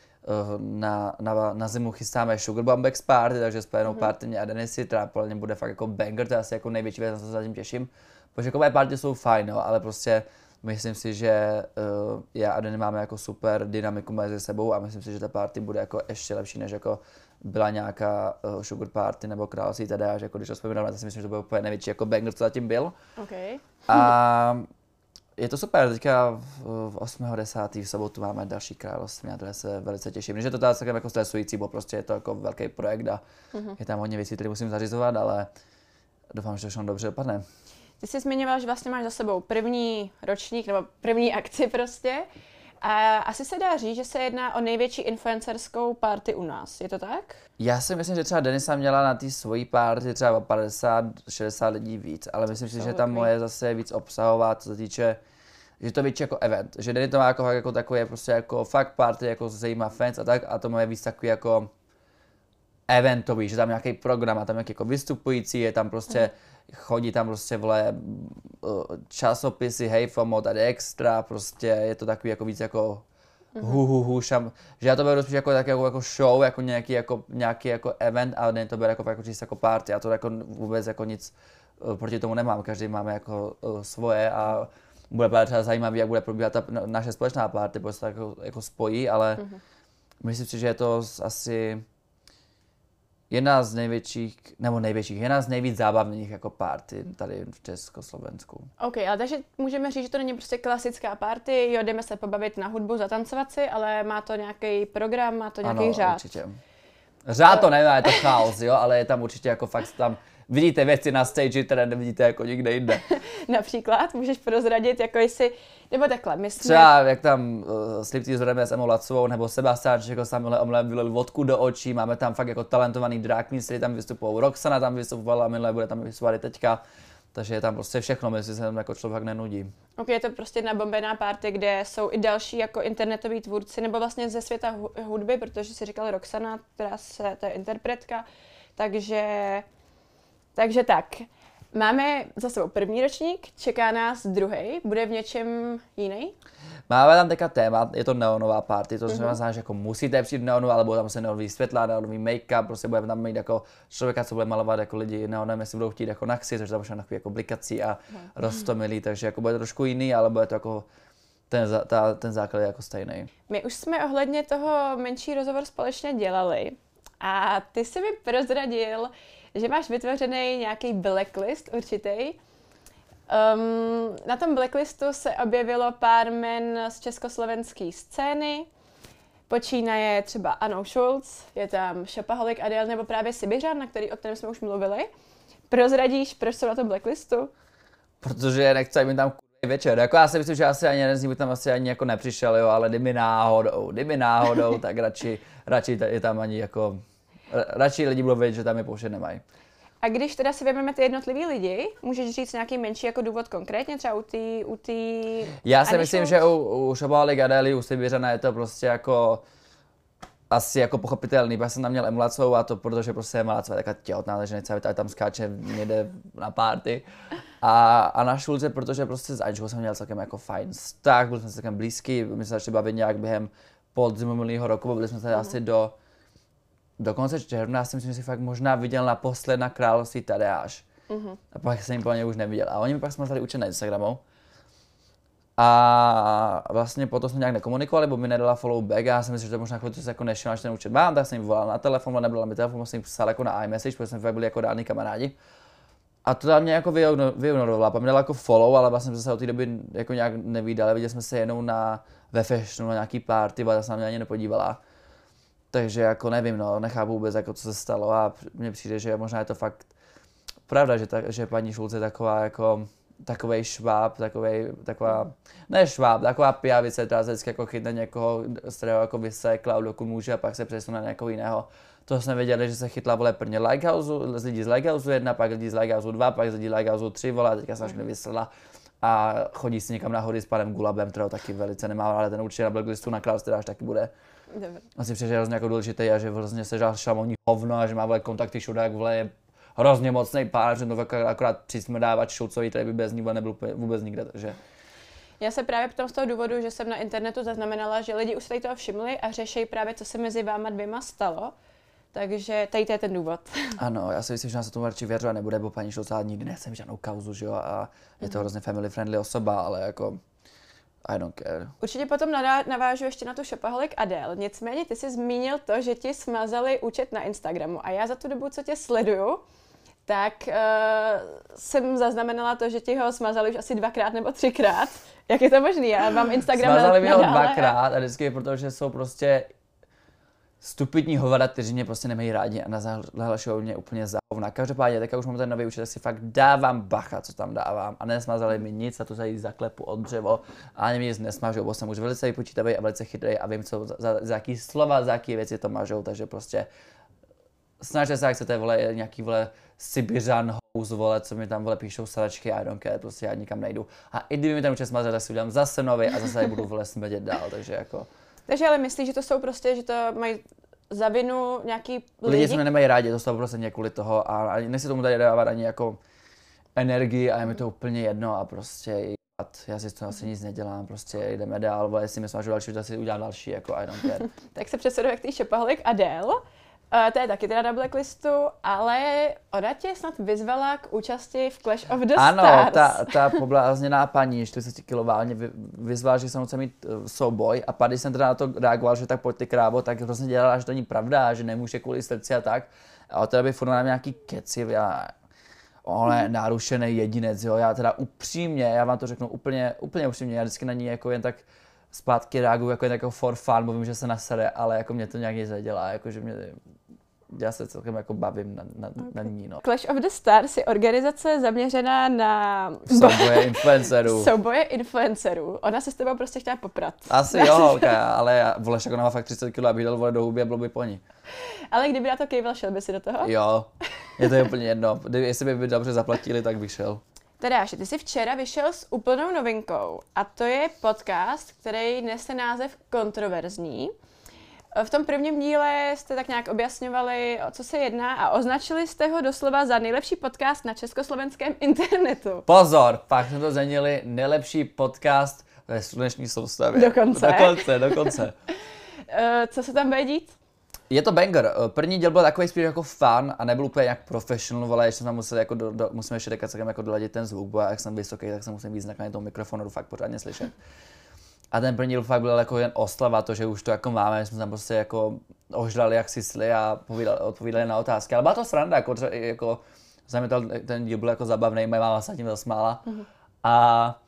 Na zimu chystáme Sugar Bombex Party, takže spojenou party mě a Denisy, která podle mě bude fakt jako banger, to je asi jako největší věc, na co se zatím těším. Protože takové party jsou fajn, no, ale prostě myslím si, že já a Denny máme jako super dynamiku mezi sebou a myslím si, že ta party bude jako ještě lepší, než jako byla nějaká Sugar Party nebo Království Tadeáš, jako když to vzpomínám, tak si myslím, že to byl úplně největší jako banger, co zatím byl. Okay. A je to super, teďka v 8.10. v sobotu máme další království, na to se velice těším. Že to teda celkem jako stresující, bo prostě je to jako velký projekt a je tam hodně věcí, které musím zařizovat, ale doufám, že to všechno dobře dopadne. Ty jsi zmiňoval, že vlastně máš za sebou první ročník nebo první akci prostě. A asi se dá říct, že se jedná o největší influencerskou party u nás, je to tak? Já si myslím, že třeba Denisa měla na té svojí party třeba 50-60 lidí víc, ale myslím si, že ta moje zase je víc obsahová, co se týče, že to je větší jako event, že Denny to má jako takový prostě jako fakt party, jako zajímá fans a tak, a to moje víc takový jako eventový, že tam nějaký program a tam nějaký jako vystupující, je tam prostě, chodí tam prostě vole časopisy, hej FOMO, tady extra, prostě je to takový jako víc jako že já to beru spíš jako jako show, jako nějaký jako event, ale ne to beru jako čistě jako party, já to jako vůbec jako nic proti tomu nemám, každý máme jako svoje a bude třeba zajímavý, jak bude probíhat ta naše společná party, protože se to jako spojí, ale myslím si, že je to asi jedna z nejvíc zábavných jako party tady v Československu. OK, ale takže můžeme říct, že to není prostě klasická party, jo, jdeme se pobavit na hudbu, zatancovat si, ale má to nějaký program, má to nějaký řád. Ano, určitě. Řád to nevím, je to chaos, jo, ale je tam určitě jako fakt tam vidíte věci na stage, které nevidíte jako nikde jinde. Například můžeš prozradit, jako jestli, nebo takhle, my jsme... Třeba jak tam Slipty zhodeme s Emou Lacovou, nebo Sebastián jako Samuel Omle vylil vodku do očí, máme tam fakt jako talentovaný drag queens, který tam vystupují, Roxana tam vystupovala, minule bude tam vystupovat teďka, takže je tam prostě všechno, myslím, že se tam jako člověk nenudí. Ok, je to prostě nabombená party, kde jsou i další jako internetoví tvůrci, nebo vlastně ze světa hudby, protože si říkal Roxana, to je interpretka, takže tak. Máme za sebou první ročník, čeká nás druhý, bude v něčem jiný? Máme tam teďka téma, je to neonová party, to znamená, že jako musíte přijít neonu, ale budou tam se neonový světla, neonový make-up, prostě budeme tam mít jako člověka, co bude malovat jako lidi neonem, jestli budou chtít jako na ksy, takže tam možná takový jako blikací a roztomilý, takže jako bude to trošku jiný, ale bude to jako ten základ je jako stejný. My už jsme ohledně toho menší rozhovor společně dělali a ty jsi mi prozradil, že máš vytvořený nějaký blacklist určitý. Na tom blacklistu se objevilo pár jmen z československé scény. Počínaje třeba Annou Schulz, je tam Shopaholic Adele nebo právě Sibiřan, o kterém jsme už mluvili. Prozradíš, proč jsou na tom blacklistu? Protože nechci, aby tam večer. Jako já si myslím, že asi ani jeden z nich by tam asi ani jako nepřišel, jo, ale kdyby náhodou, tak radši je tam ani jako, radši lidi budou vědět, že tam je pouštět nemají. A když teda si vezmeme ty jednotlivý lidi, můžeš říct nějaký menší jako důvod konkrétně, třeba u té Já si myslím, že u Shopaholic Adely, u Sibiřana je to prostě jako asi jako pochopitelný, protože jsem tam měl emulacou a to protože prostě je malá taková těhotná, takže nechci, aby tam skáče někde na party. A na Šulce, protože prostě s Aničkou jsem měl celkem jako fajn vztah, byl jsme celkem blízký, my jsme začali bavit nějak během podzimu minulého roku, byli jsme tady asi do konce června, si myslím, že si fakt možná viděl naposled na Království Tadeáš. A pak jsem jim po něj už neviděl. A oni mi pak jsme tady učili na Instagramu. A vlastně potom jsme nějak nekomunikovali, bo mi nedala follow back a já si myslím, že to možná chvíli, co se jako nešel, až ten účet mám, tak jsem jim volal na telefon, nebyla mi telefon, jsem jim psal jako na iMessage, protože jsme fakt byli jako dální kamarádi. A to tam mě jako vyignorovala, pak mi dala jako follow, ale vlastně jsme se od té doby jako nějak nevídali, viděli jsme se jenom ve fashionu, na nějaký party, ale ta se na mě ani nepodívala. Takže jako nevím, no, nechápu vůbec, jako co se stalo a mně přijde, že možná je to fakt pravda, že paní Šulce je taková jako takovej šváb, taková pijavice, která se vždycky jako chytne někoho, z kterého jako vysekla, dokud může a pak se přesune na někoho jiného. To jsme věděli, že se chytla vole prvně lidi z Lighthouse 1, pak lidi z Lighthouse 2, pak lidi z Lighthouse 3, vole, a teďka se až nevyslela a chodí si někam na hory s panem Gulabem, kterého taky velice nemá, ale ten určitě na blacklistu na Království až taky bude. Asi přijde hrozně jako důležitý a že vlastně se žál šamovní hovno a že má vole kontakty všude, jak vole je hrozně mocný pár, že to akorát přismrdávat Šulcovi, který by bez ní nebyl vůbec nikde, takže. Já se právě ptám z toho důvodu, že jsem na internetu zaznamenala, že lidi už se tady toho všimli a řeší právě, co se mezi váma dvěma stalo. Takže tady to je ten důvod. Ano, já si myslím, že nás se tomu radši vyjadřovat nebude, bo paní Šulcová nikdy nechce žádnou kauzu, že jo, a je to hrozně family friendly osoba, ale jako I don't care. Určitě potom navážu ještě na tu Shopaholic Adele, nicméně ty jsi zmínil to, že ti smazali účet na Instagramu a já za tu dobu, co tě sleduju, tak jsem zaznamenala to, že ti ho smazali už asi 2krát nebo 3krát. Jak je to možný? Já mám Instagram smazali mi ho 2krát a vždycky, protože jsou prostě stupidní hovada, kteří mě prostě nemají rádi a nahlašují mě úplně záhovna. Každopádně, teďka už mám ten nový účet, tak si fakt dávám bacha, co tam dávám a nesmazali mi nic a to tady zaklepu od dřevo a ani mi nic nesmažou, bo jsem už velice vypočítavý a velice chytrý a vím, co za jaký slova, za jaký věci to mažou, takže prostě snažte se, jak chcete, vole, nějaký, vole, Sibiřan house, vole, co mi tam, vole, píšou sračky, I don't care, prostě já nikam nejdu. A i kdyby mi ten účet smazal, tak si udělám zase nový a zase budu, vole, smrdět dál, takže jako. Takže ale myslíš, že to jsou prostě, že to mají za vinu nějaký lidi? Se mě nemají rádi, to jsou prostě kvůli toho a nechci tomu tady dávat ani jako energii a je mi to úplně jedno a prostě já si z toho asi nic nedělám, prostě jdeme dál, vole, jestli mi smažu další, tak si udělám další, jako I don't care. Tak se přesudu k té Shopaholic Adele. To je taky teda na blacklistu, ale ona tě snad vyzvala k účasti v Clash of the Stars. Ano, ta poblázněná paní 40kilová mě vyzvala, že jsem chce mít souboj a pak když jsem teda na to reagoval, že tak pojď ty krávo, tak hrozně dělala, že to není pravda, že nemůže kvůli srdci a tak. A od té doby furt nám nějaký keci, ale narušený jedinec, jo, já teda upřímně, já vám to řeknu úplně upřímně, já vždycky na ní jako jen tak zpátky reaguju jako jen jako for fun, bo vím, že se nasere, ale jako mě to nějak nic nedělá, jakože já se celkem jako bavím na ní, no. Clash of the Stars je organizace zaměřená na souboje influencerů. Ona se s tebou prostě chtěla poprat. Asi jo, holka, ale vole, však ona má fakt 30 kg, abych dal vole do huby a bylo by po ní. Ale kdyby na to kejval, šel by si do toho? Jo, je to úplně jedno. Jestli by dobře zaplatili, tak bych šel. Tadáši, ty jsi včera vyšel s úplnou novinkou a to je podcast, který nese název Kontroverzní. V tom prvním díle jste tak nějak objasňovali, o co se jedná a označili jste ho doslova za nejlepší podcast na československém internetu. Pozor, pak jsme to změnili nejlepší podcast ve sluneční soustavě. Dokonce. Co se tam bude dít? Je to banger. První díl byl takový spíš jako fun a nebyl úplně jak professional, ale ještě jsme museli jako musíme ještě celkem jako doladit ten zvuk, bo jak jsem vysoký, tak se musím víc naklánět toho mikrofonu, fakt pořádně slyšet. A ten první díl fakt byl jako jen oslava, to, že už to jako máme, jsme tam prostě jako ožrali jak sisli a odpovídali na otázky, ale byla to sranda, jako za mě ten díl byl jako zabavný, moje máma se tím zasmála. A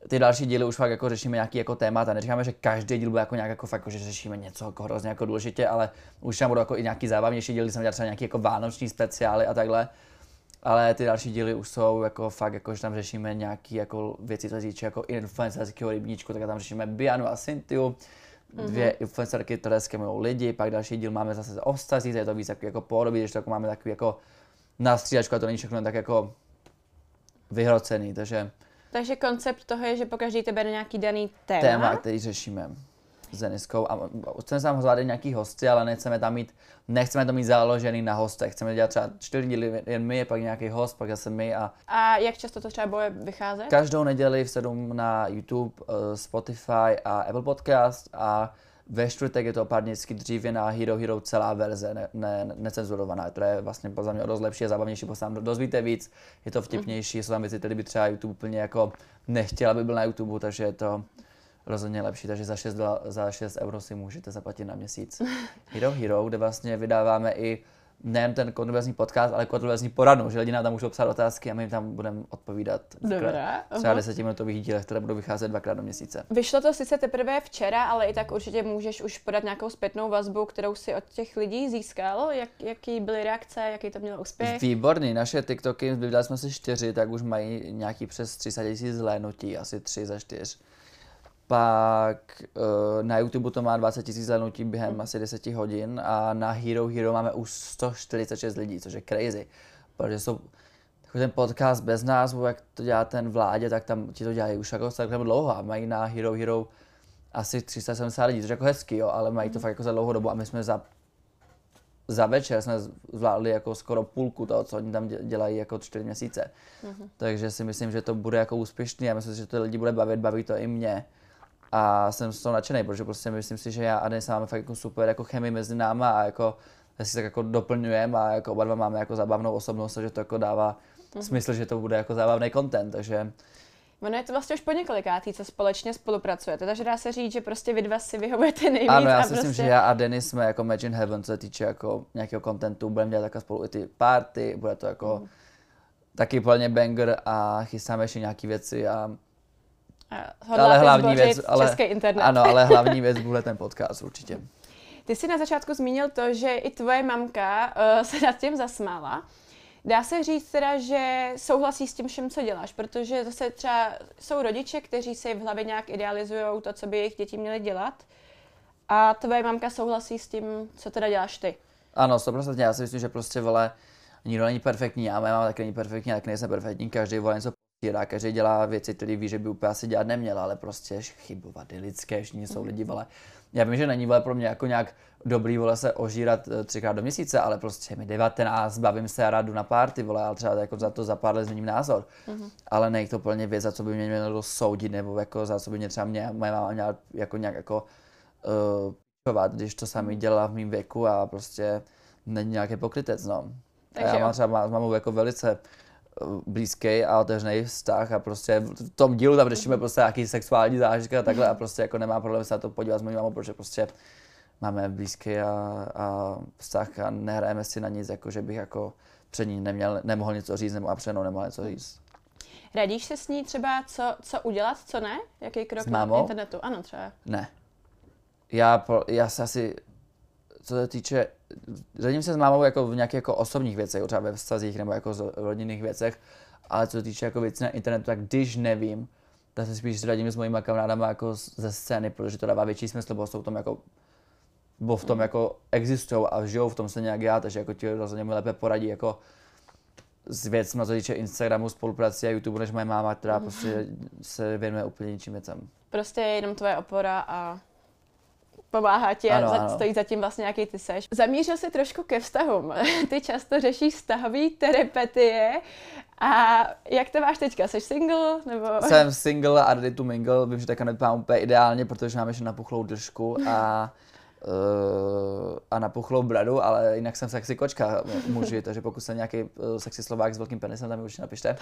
ty další díly už fakt jako řešíme nějaký jako témata, neříkáme, že každý díl bude jako nějak jako fakt, že řešíme něco jako hrozně jako důležitě, ale už tam budou jako i nějaký zábavnější díly, jsem dělal třeba nějaký jako vánoční speciály a takhle. Ale ty další díly už jsou jako fakt, jako, že tam řešíme nějaké jako věci, co se týče jako influencerského rybníčku, tak tam řešíme Bianu a Cynthia, dvě influencerky, které skemují lidi, pak další díl máme zase o vztazích, je to víc jako podobí, když to jako máme takový jako na střídačku a to není všechno tak jako vyhrocený, Takže koncept toho je, že pokaždý to bere nějaký daný téma, který řešíme s Deniskou a chceme tam zvládat nějaký hosty, ale nechceme to mít založený na hostech. Chceme dělat třeba 4 díly jen my, pak nějaký host, pak zase my A jak často to třeba bude vycházet? Každou neděli v 7 na YouTube, Spotify a Apple Podcast a ve čtvrtek je to pár dní dřív na Hero Hero celá verze, necenzurovaná, která je vlastně podle mě dost lepší a zábavnější, protože tam dozvíte víc, je to vtipnější, jsou tam věci, které by třeba YouTube úplně jako nechtěl, aby byl na YouTube, takže je to rozhodně lepší, takže za 6 euro si můžete zaplatit na měsíc. Hero Hero, kde vlastně vydáváme i nejen ten kontroverzní podcast, ale kontroverzní poradnu, že lidi nám tam můžou psát otázky a my jim tam budeme odpovídat. Třeba 10minutových dílech, které budou vycházet 2krát do měsíce. Vyšlo to sice teprve včera, ale i tak určitě můžeš už podat nějakou zpětnou vazbu, kterou si od těch lidí získal. Jaký byly reakce, jaký to mělo úspěch? Výborný, naše TikToky, vydali jsme si 4, tak už mají nějaký přes 300 000 zhlédnutí, asi 3 za 4. Pak na YouTube to má 20 000 zhlédnutí během asi 10 hodin a na Hero Hero máme už 146 lidí, což je crazy. Protože jsou ten podcast bez názvu, jak to dělá ten Vládě, tak tam ti to dělají už jako celkem dlouho a mají na Hero Hero asi 370 lidí, což je jako hezký, jo, ale mají to fakt jako za dlouhou dobu a my jsme za večer jsme zvládli jako skoro půlku toho, co oni tam dělají jako 4 měsíce. Takže si myslím, že to bude jako úspěšný a myslím si, že to lidi bude bavit, baví to i mě. A jsem z toho nadšenej, protože prostě myslím si, že já a Denis máme fakt jako super jako chemii mezi náma a jako si tak jako doplňujeme a jako oba dva máme jako zábavnou osobnost, takže to jako dává smysl, že to bude jako zábavný content, takže... Ono je to vlastně už po několikátý, co společně spolupracujete, takže dá se říct, že prostě vy dva si vyhovujete nejvíc. Ano, já si myslím, že já a Denis jsme jako match in heaven, co se týče jako nějakého contentu, budeme dělat takhle spolu i ty party, bude to jako taky plně banger a chystáme ještě nějaký věci ale hlavní věc, český internet. Ano, ale hlavní věc bude ten podcast určitě. Ty jsi na začátku zmínil to, že i tvoje mamka se nad tím zasmála. Dá se říct teda, že souhlasí s tím všem, co děláš, protože zase třeba jsou rodiče, kteří si v hlavě nějak idealizují to, co by jejich děti měly dělat a tvoje mamka souhlasí s tím, co teda děláš ty. Ano, 100%, já si myslím, že prostě nikdo není perfektní, já moje máma taky není perfektní, já taky nejsem perfektní, každý něco posírá, každý dělá věci, které ví, že by úplně asi dělat neměl, ale prostě chybovat je lidské, všichni jsou lidi, já vím, že není pro mě jako nějak dobrý se ožírat 3krát do měsíce, ale prostě mi 19, bavím se a rád jdu na party, ale třeba jako za pár let změním názor. Ale nejde to plně věc, za co by mě mělo soudit, nebo jako za co by mě třeba moje máma měla jako nějak jako když to sami dělala v mém věku a prostě není nějaký pokrytec, no. Takže já mám třeba s mamou jako velice blízký a otevřený vztah a prostě v tom dílu tam řešíme prostě nějaký sexuální zážitky a takhle a prostě jako nemá problém se na to podívat s mojí mamou, protože prostě máme blízký a vztah a nehrajeme si na nic, jako že bych jako před ní nemohl něco říct nebo a před mnou nemohl něco říct. Radíš se s ní třeba, co udělat, co ne? Jaký krok na internetu? Ano, třeba. Ne. Já se asi, co se týče, radím se s mámou jako v nějakých jako osobních věcech, třeba ve vztazích nebo jako v rodinných věcech, ale co se týče jako věcí na internetu, tak když nevím, tak se spíš radím s mojima kamarádama jako ze scény, protože to dává větší smysl, bo jsou tam jako v tom jako existují a žijou v tom stejně jak já, takže jako ti rozhodně mi lépe poradí jako s věcmi, co se týče Instagramu, spolupráci a YouTube, než moje máma, která prostě se věnuje úplně jiným věcem. Prostě je jenom tvoje opora a pomáhá ti a stojí za tím vlastně, jaký ty seš. Zamířil jsi trošku ke vztahům. Ty často řešíš vztahový terapetie a jak to máš teďka? Jsi single? Nebo... Jsem single a ready to mingle. Vím, že teďka nevypadám úplně ideálně, protože mám ještě napuchlou držku a napuchlou bradu, ale jinak jsem sexy kočka muži, takže pokud jste nějaký sexy Slovák s velkým penisem, tam mi určitě napište.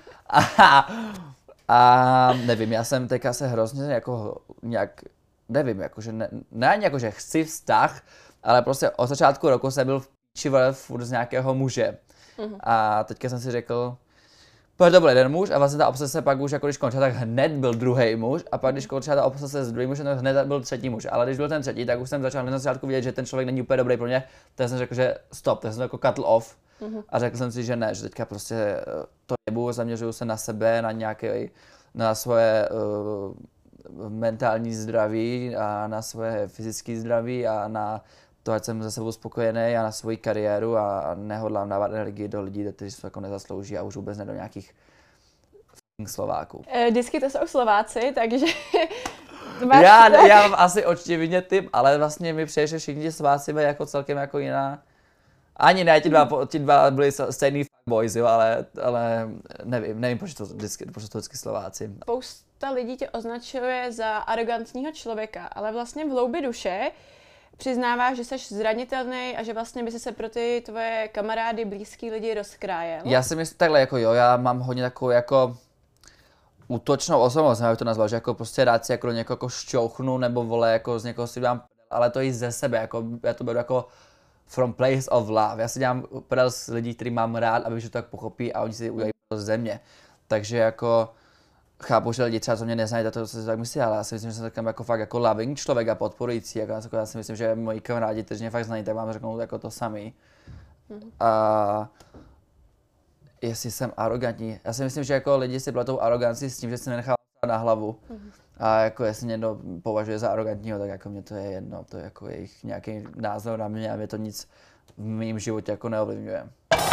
A nevím, já jsem teďka se hrozně jako nějak nevím, jakože ne ani jako, že chci vztah, ale prostě od začátku roku jsem byl v píči furt z nějakého muže. A teďka jsem si řekl, Protože to byl jeden muž a vlastně ta obsese pak už, jako když končila, tak hned byl druhý muž a pak když končila ta obsese s druhým mužem, tak hned byl třetí muž. Ale když byl ten třetí, tak už jsem začal hned na začátku vidět, že ten člověk není úplně dobrý pro mě, tak jsem řekl, že stop, tak jsem to jako cutl off a řekl jsem si, že ne, že teďka prostě to jebu, zaměřuju se na sebe, na svoje mentální zdraví a na svoje fyzické zdraví a na to, ať jsem za sebou spokojený a na svoji kariéru a nehodlám dávat energii do lidí, kteří se to jako nezaslouží a už vůbec ne do nějakých Slováků. Vždycky to jsou Slováci, takže... Já mám asi očividně typ, ale vlastně mi přijde, že všichni Slováci byli jako celkem jako jiná. Ani ne, ti dva byli stejný fuckboys, jo, ale nevím, proč to vždycky Slováci. Spousta lidí tě označuje za arrogantního člověka, ale vlastně v hloubi duše přiznáváš, že jsi zranitelný a že vlastně by si se pro ty tvoje kamarády, blízký lidi rozkrájel. Já si myslím takhle, jako jo, já mám hodně takovou jako útočnou osobnost, jak to nazval, že jako prostě rád si jako do někoho jako šťouchnu nebo vole, jako z někoho si dám ale to i ze sebe, jako já to beru jako from place of love. Já si dělám prdel s lidí, který mám rád, aby že to tak pochopí a oni si udělají to ze mě. Takže jako chápu, že lidi třeba, co mě neznají, to se tak myslí, ale já si myslím, že jsem takový jako fakt jako loving člověk a podporující. Jako já si myslím, že moji kamarádi, kteří mě fakt znají, tak vám řeknou jako to samý. A jestli jsem arrogantní, já si myslím, že jako lidi si platou aroganci s tím, že si nenechávám na hlavu. A jako jestli někdo považuje za arrogantního, tak jako mě to je jedno, to je jako jejich nějaký názor na mě a mě to nic v mém životě jako neovlivňuje.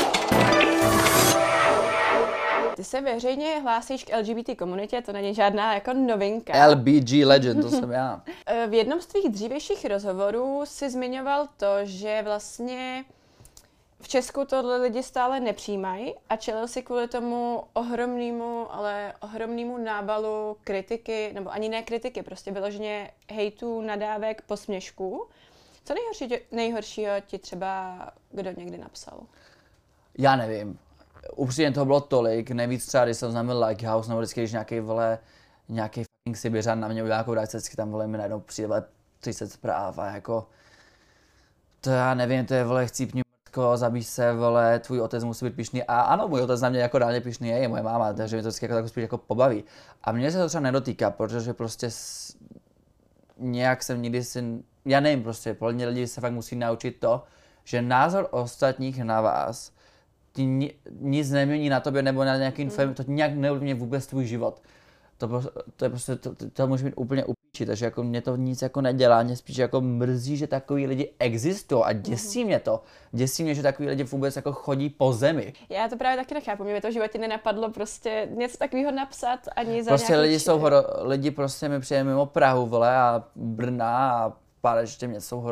Ty se veřejně hlásíš k LGBT komunitě, to není žádná jako novinka. LBG legend, to jsem já. V jednom z tvých dřívějších rozhovorů si zmiňoval to, že vlastně v Česku tohle lidi stále nepřijímají a čelil si kvůli tomu ohromnému návalu kritiky, nebo ani ne kritiky, prostě vyloženě hejtů, nadávek, posměšků. Co nejhoršího ti třeba kdo někdy napsal? Já nevím. Upřímně toho bylo tolik, nejvíc třeba, když jsem známil Likehouse, nebo vždycky, když nějaký fucking Sibiřan na mě udělá nějakou reakci, vždycky tam vole mi najednou přijde 30 zpráv a jako to já nevím, to je vole chcípni mrtko, zabij se, vole, tvůj otec musí být pyšný a ano, můj otec na mě jako reálně pyšný je moje máma, takže mě to vždycky jako spíš jako pobaví. A mě se to třeba nedotýká, protože prostě nějak jsem nikdy já nevím prostě, podle lidi se fakt musí naučit to, že názor ostatních na vás ti nic nemění na tobě nebo na nějaký to nějak neovlivňuje vůbec tvůj život. To je prostě, to může být úplně upíči, takže jako mě to nic jako nedělá, mě spíš jako mrzí, že takový lidi existují a děsí mě to. Děsí mě, že takový lidi vůbec jako chodí po zemi. Já to právě taky nechápu, mě by to v životě nenapadlo prostě něco takového napsat ani za prostě lidi prostě mi přijde mimo Prahu, vole, a Brna a pár ještě mě jsou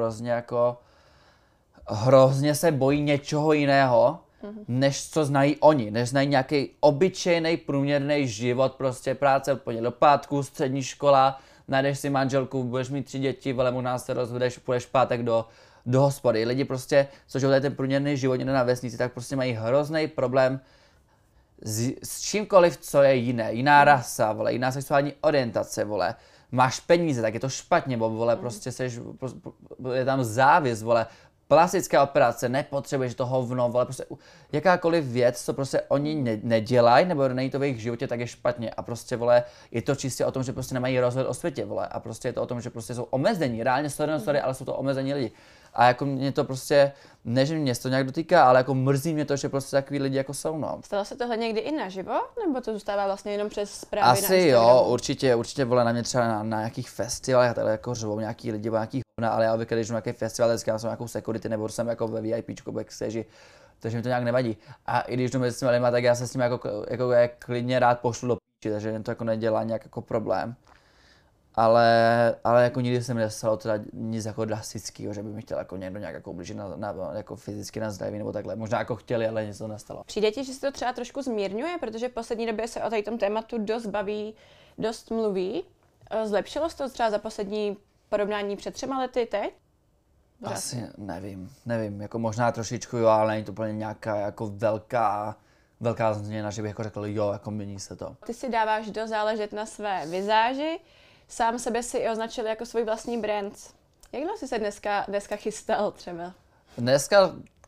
hrozně se bojí něčeho jiného, než co znají oni, než znají nějaký obyčejný průměrný život, prostě práce od pondělí do pátku, střední škola, najdeš si manželku, budeš mít 3 děti, vole, možná se rozvedeš, půjdeš pátek do hospody. Lidi prostě, co životají ten průměrný život někde na vesnici, tak prostě mají hrozný problém s čímkoliv, co je jiné. Jiná rasa, vole, jiná sexuální orientace, vole. Máš peníze, tak je to špatně, bo vole, prostě je tam závis, vole. Plastická operace, nepotřebuješ to hovno, vole, prostě jakákoliv věc, co prostě oni nedělají, nebo není to v jejich životě, tak je špatně. A prostě, vole, je to čistě o tom, že prostě nemají rozhled o světě, vole. A prostě je to o tom, že prostě jsou omezení, reálně sorry, ale jsou to omezení lidi. A jako mě to prostě, ne, že mě to nějak dotýká, ale jako mrzí mě to, že prostě takový lidi jako jsou, no. Stalo se tohle někdy i naživo, nebo to zůstává vlastně jenom přes zprávy na Asi jo, určitě vole na mě třeba na nějakých festivalech a takhle jako řvou nějaký lidi, nějaký hovna, ale já obvykle, když jdu na nějaký festival, tak jsem nějakou security nebo jsem jako ve VIPčku, backstage, takže mi to nějak nevadí. A i když jdu mezi těmi lidmi, tak já se s tím jako klidně rád pošlu do píči, takže to jako nedělá nějak jako problém. Ale jako nikdy se mi nestalo teda nic jako drastického, že by mi chtěl jako někdo nějak jako ublížit jako fyzicky na zdraví nebo takhle. Možná jako chtěli, ale nic to nestalo. Přijde ti, že se to třeba trošku zmírňuje, protože v poslední době se o tom tématu dost baví, dost mluví. Zlepšilo se to třeba za poslední porovnání před 3 lety teď? Asi nevím, jako možná trošičku jo, ale není to úplně nějaká jako velká změna, že bych jako řekl jo, jako mění se to. Ty si dáváš dost záležet na své vizáži, sám sebe si i označil jako svůj vlastní brand. Jak dlouho jsi se dneska chystal třeba? Dneska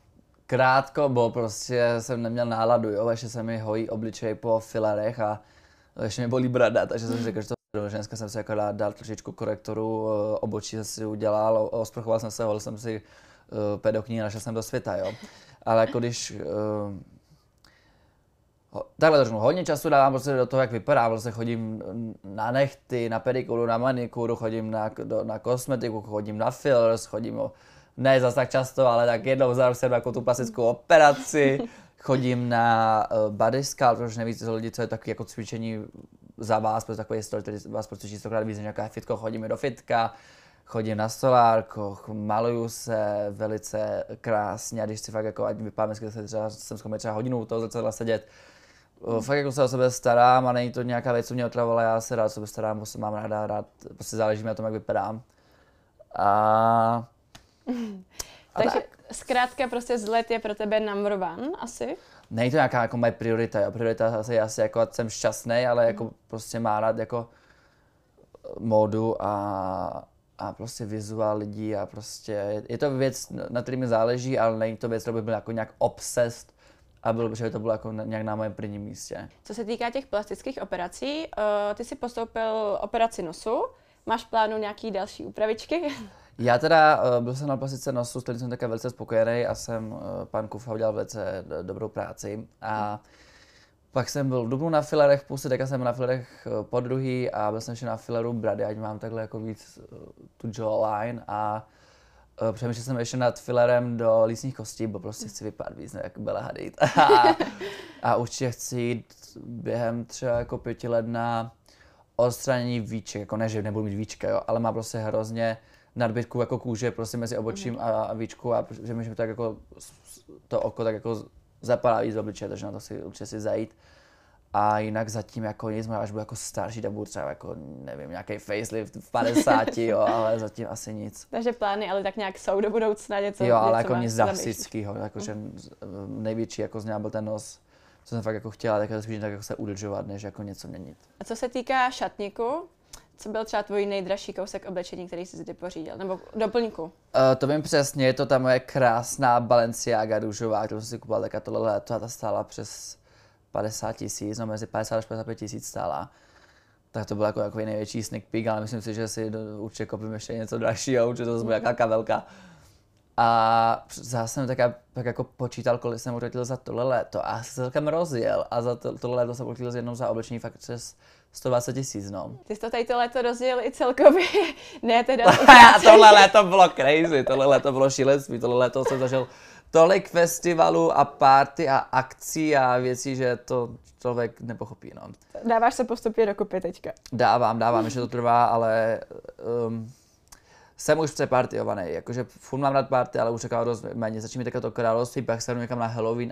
krátko, bo prostě jsem neměl náladu, jo, ještě se mi hojí obličej po filerech a ještě mi bolí brada, takže jsem si řekl, že to ženská jsem si jako dal trošičku korektoru, obočí jsem si udělal, osprchoval jsem se, holil jsem si pedokní a našel jsem do světa, jo. Ale jako když takhle to řeknu, hodně času dávám prostě do toho, jak vypadám, prostě chodím na nechty, na pedikuru, na manikuru, chodím na kosmetiku, chodím na fillers, chodím, ne zas tak často, ale tak jednou za rok jsem jako tu plastickou operaci, chodím na body sculpt, protože nevíte lidi, co je taky jako cvičení za vás, protože takový story, který vás procvičí 100krát víc než nějaká fitko, chodím do fitka, chodím na solárko, maluju se velice krásně a když si fakt jako, ať vypadám, třeba jsem schopný třeba hodinu u toho zrcadla sedět, fakt jako se o sebe starám a není to nějaká věc, co mě otravovala, já se rád o sebe starám, prostě mám rád, prostě záleží mi na tom, jak vypadám. Takže zkrátka prostě vzhled je pro tebe number one asi? Není to nějaká jako moje priorita, jo. Priorita asi jako, ať jsem šťastný, ale jako prostě má rád jako módu a prostě vizuál lidí a prostě je to věc, na který mi záleží, ale není to věc, kterou bych byl jako nějak obsessed a že by to bylo jako nějak na mém prvním místě. Co se týká těch plastických operací, ty si postoupil operaci nosu, máš plánu nějaký další úpravičky? Já teda byl jsem na plastice nosu, s kterým jsem také velice spokojený a pan Kufa udělal velice dobrou práci. A pak jsem byl v dubnu na filerech v puse, teďka jsem byl na filerech po druhý a byl jsem ještě na fileru brady, ať mám takhle jako víc tu jawline a přemýšlel jsem ještě nad filerem do lícních kostí, bo prostě chci vypadat víc, jak Bella Hadid. A určitě chci jít během třeba jako 5 let na odstranění víček, jako ne, že nebudu mít víčka, jo, ale má prostě hrozně nadbytku jako kůže prostě mezi obočím a víčku a že mi tak jako to oko tak jako zapadá víc do obličeje, takže na to si určitě si zajít. A jinak zatím jako nic, až budu jako starší, tak budu třeba jako, nevím, nějaký facelift v 50, jo, ale zatím asi nic. Takže plány, ale tak nějak jsou do budoucna něco. Jo, ale jako nic drastického, jakože největší jako z něj byl ten nos, co jsem fakt jako chtěla, tak jako se udržovat, než jako něco měnit. A co se týká šatníku, co byl třeba tvůj nejdražší kousek oblečení, který jsi si pořídil, nebo doplňku? To vím přesně, je to ta moje krásná Balenciaga růžová, kterou jsem si kupoval taky tohle léto a ta stála přes 50 000, no mezi 50 až 55 000 stála. Tak to byl jako takový největší sneak peek, ale myslím si, že si určitě koupím ještě něco dražšího, určitě to bude jaká velká. A zase jsem tak jako počítal, kolik jsem utratil za tohle léto a se celkem rozjel a za tohle léto jsem utratil jednou za oblečení fakt přes 120 000, no. Ty jsi to tady to léto rozjel i celkově, ne teda. Tohle léto bylo crazy, tohle léto bylo šílenství, tohle léto jsem zažil tolik festivalů a party a akcí a věcí, že to člověk nepochopí, no. Dáváš se postupně dokupy teďka? Dávám, ještě to trvá, ale jsem už přepartyovaný, jakože furt mám rád party, ale už taková dost méně, začíná mi takové to království, pak se jdu někam na Halloween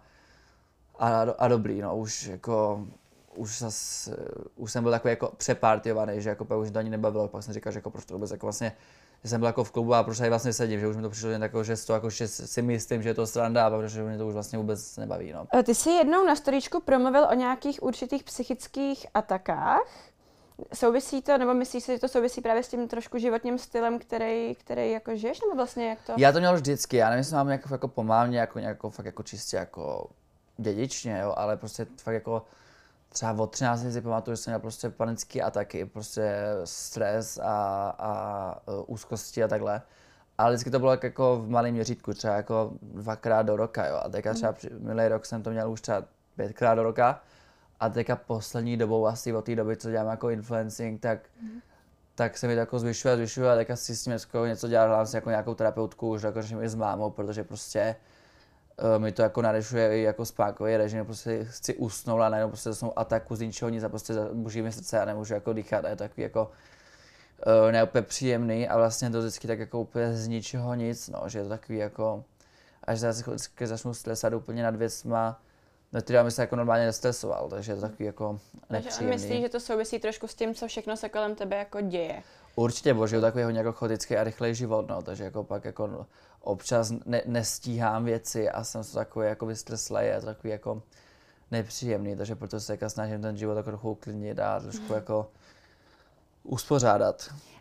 a dobrý, no, už jako, už jsem byl takový jako přepartyovaný, že jako pak už to ani nebavilo, pak jsem říkal, že jako proč to vůbec jako vlastně, že jsem byl jako v klubu a proč tady vlastně sedím, že už mi to přišlo jen takový, že to jako, že si myslím, že je to sranda, protože mě to už vlastně vůbec nebaví, no. Ty jsi jednou na storíčku promluvil o nějakých určitých psychických atakách. Souvisí to, nebo myslíš si, že to souvisí právě s tím trošku životním stylem, který jako žiješ, nebo vlastně jak to? Já to měl vždycky, já nevím, jestli mám jako po mámě, jako fakt jako čistě jako dědičně, jo, ale prostě fakt jako třeba od 13 si pamatuju, že jsem měl prostě panické ataky, prostě stres a úzkosti a takhle. Ale vždycky to bylo jako v malém měřítku, třeba jako 2krát do roka, jo. A teďka třeba minulý rok jsem to měl už třeba 5krát do roka. A teďka poslední dobou, asi od té doby, co dělám jako influencing, tak se mi to jako zvyšuje a teďka si s tím něco dělat, hledám si jako nějakou terapeutku, už jako řeším i s mámou, protože prostě mi to jako narušuje i jako spánkový režim, prostě chci usnout a najednou prostě dostanu ataku z ničeho nic a prostě buží mi srdce a nemůžu jako dýchat a je to takový jako neúplně příjemný a vlastně to vždycky tak jako úplně z ničeho nic, no, že je to takový jako, až vždycky začnu stresat úplně nad věcma, na který se jako normálně nestresoval, takže je to takový jako nepříjemný. Takže myslíš, že to souvisí trošku s tím, co všechno se kolem tebe jako děje? Určitě, bo žiju takový hodně jako chaotický a rychlej život, no, takže jako pak jako občas nestíhám věci a jsem takový jako vystreslej a takový jako nepříjemný, takže proto se snažím ten život jako trochu uklidnit a trošku jako uspořádat.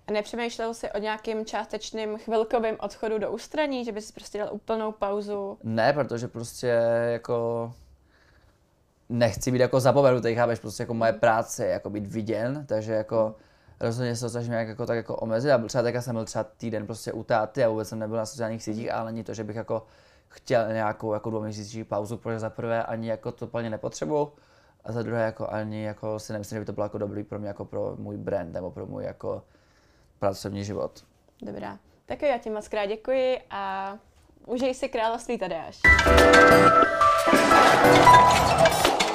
A nepřemýšlel jsi o nějakým částečným chvilkovým odchodu do ústraní, že bys prostě dal úplnou pauzu? Ne, protože prostě jako nechci být jako zapomenutý, chápeš, prostě jako moje práce je jako být viděn, takže jako rozhodně se to snažím nějak jako tak jako omezit. A třeba teďka jsem byl třeba týden prostě u táty a vůbec jsem nebyl na sociálních sítích, ale není to, že bych jako chtěl nějakou jako 2měsíční pauzu, protože za prvé ani jako to plně nepotřebuju a za druhé jako ani jako si nemyslím, že by to bylo jako dobrý pro mě jako pro můj brand nebo pro můj jako pracovní život. Dobrá. Tak jo, já ti moc krát děkuji a užij si království Tadeáš.